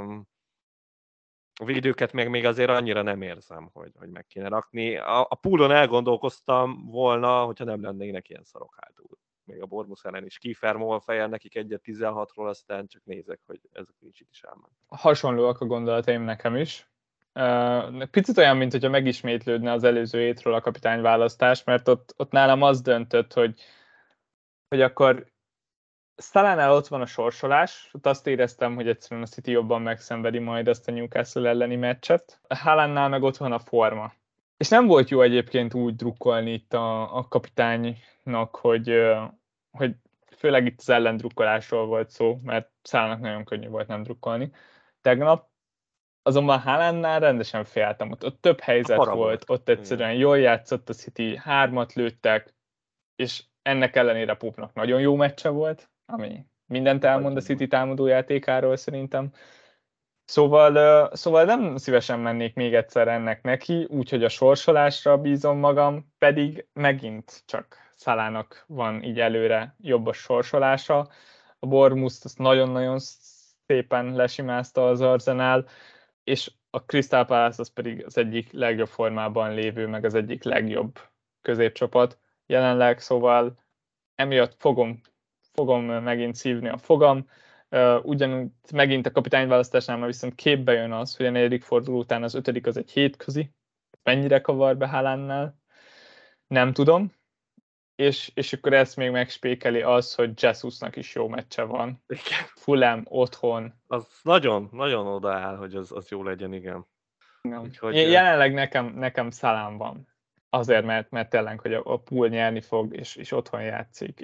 a védőket még azért annyira nem érzem, hogy meg kéne rakni. A poolon elgondolkoztam volna, hogyha nem lennének ilyen szarok hátul. Még a Bournemouth ellen is Kiefer fejel nekik egyet 16-ról, aztán csak nézek, hogy ezek kicsit is elment. Hasonlóak a gondolataim nekem is. Picit olyan, mint hogyha megismétlődne az előző hétről a kapitányválasztás, mert ott nálam az döntött, hogy akkor Salánál ott van a sorsolás, ott azt éreztem, hogy egyszerűen a City jobban megszenvedi majd ezt a Newcastle elleni meccset. Haalandnál meg ott van a forma. És nem volt jó egyébként úgy drukkolni itt a kapitánynak, hogy főleg itt az ellendrukkolásról volt szó, mert Salának nagyon könnyű volt nem drukkolni. Tegnap azonban Haalandnál rendesen féltem, ott több helyzet volt, ott egyszerűen jól játszott a City, 3-at lőttek, és ennek ellenére Pope-nak nagyon jó meccse volt, ami mindent elmond a City támadójátékáról szerintem. Szóval nem szívesen mennék még egyszer ennek neki, úgyhogy a sorsolásra bízom magam, pedig megint csak Salának van így előre jobb a sorsolása. A Bournemouth azt nagyon-nagyon szépen lesimázta az Arsenal, és a Crystal Palace az pedig az egyik legjobb formában lévő, meg az egyik legjobb középcsapat jelenleg, szóval emiatt fogom megint szívni a fogam. Ugyanúgy megint a kapitányválasztásnál már viszont képbe jön az, hogy a 4. forduló után az 5. az egy hétközi. Mennyire kavar be Haalandnál? Nem tudom. És akkor ezt még megspékeli az, hogy Jesusnak is jó meccse van. Igen. Fulham otthon. Az nagyon, nagyon odaáll, hogy az jó legyen, igen. Úgyhogy... Jelenleg nekem Salán van. Azért, mert tényleg, hogy a pool nyerni fog, és otthon játszik,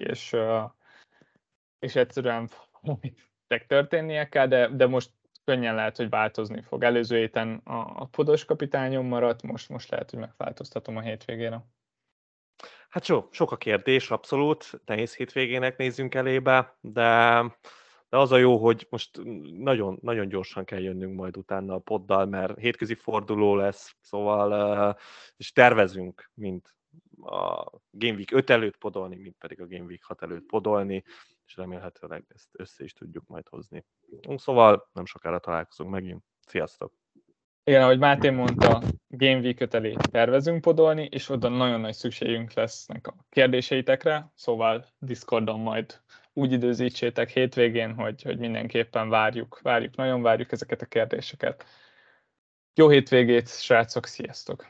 és egyszerűen történnie kell, de most könnyen lehet, hogy változni fog. Előző héten a podos kapitányom maradt, most lehet, hogy megváltoztatom a hétvégére. Hát sok a kérdés, abszolút. Nehéz hétvégének nézzünk elébe, de az a jó, hogy most nagyon, nagyon gyorsan kell jönnünk majd utána a poddal, mert hétközi forduló lesz, szóval és tervezünk, mint a Game Week 5 előtt podolni, mint pedig a Game Week 6 előtt podolni, és remélhetőleg ezt össze is tudjuk majd hozni. Szóval nem sokára találkozunk megint. Sziasztok! Igen, ahogy Máté mondta, Game Week 5 elé tervezünk podolni, és oda nagyon nagy szükségünk lesznek a kérdéseitekre, szóval Discordon majd úgy időzítsétek hétvégén, hogy mindenképpen várjuk, nagyon várjuk ezeket a kérdéseket. Jó hétvégét, srácok, sziasztok!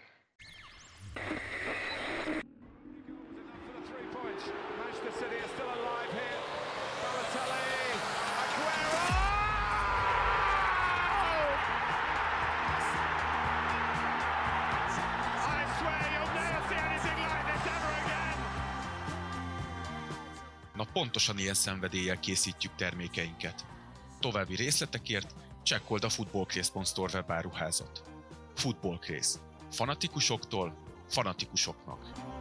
Pontosan ilyen szenvedéllyel készítjük termékeinket. További részletekért csekkold a footballcraze.store webáruházat. Footballcraze. Fanatikusoktól fanatikusoknak.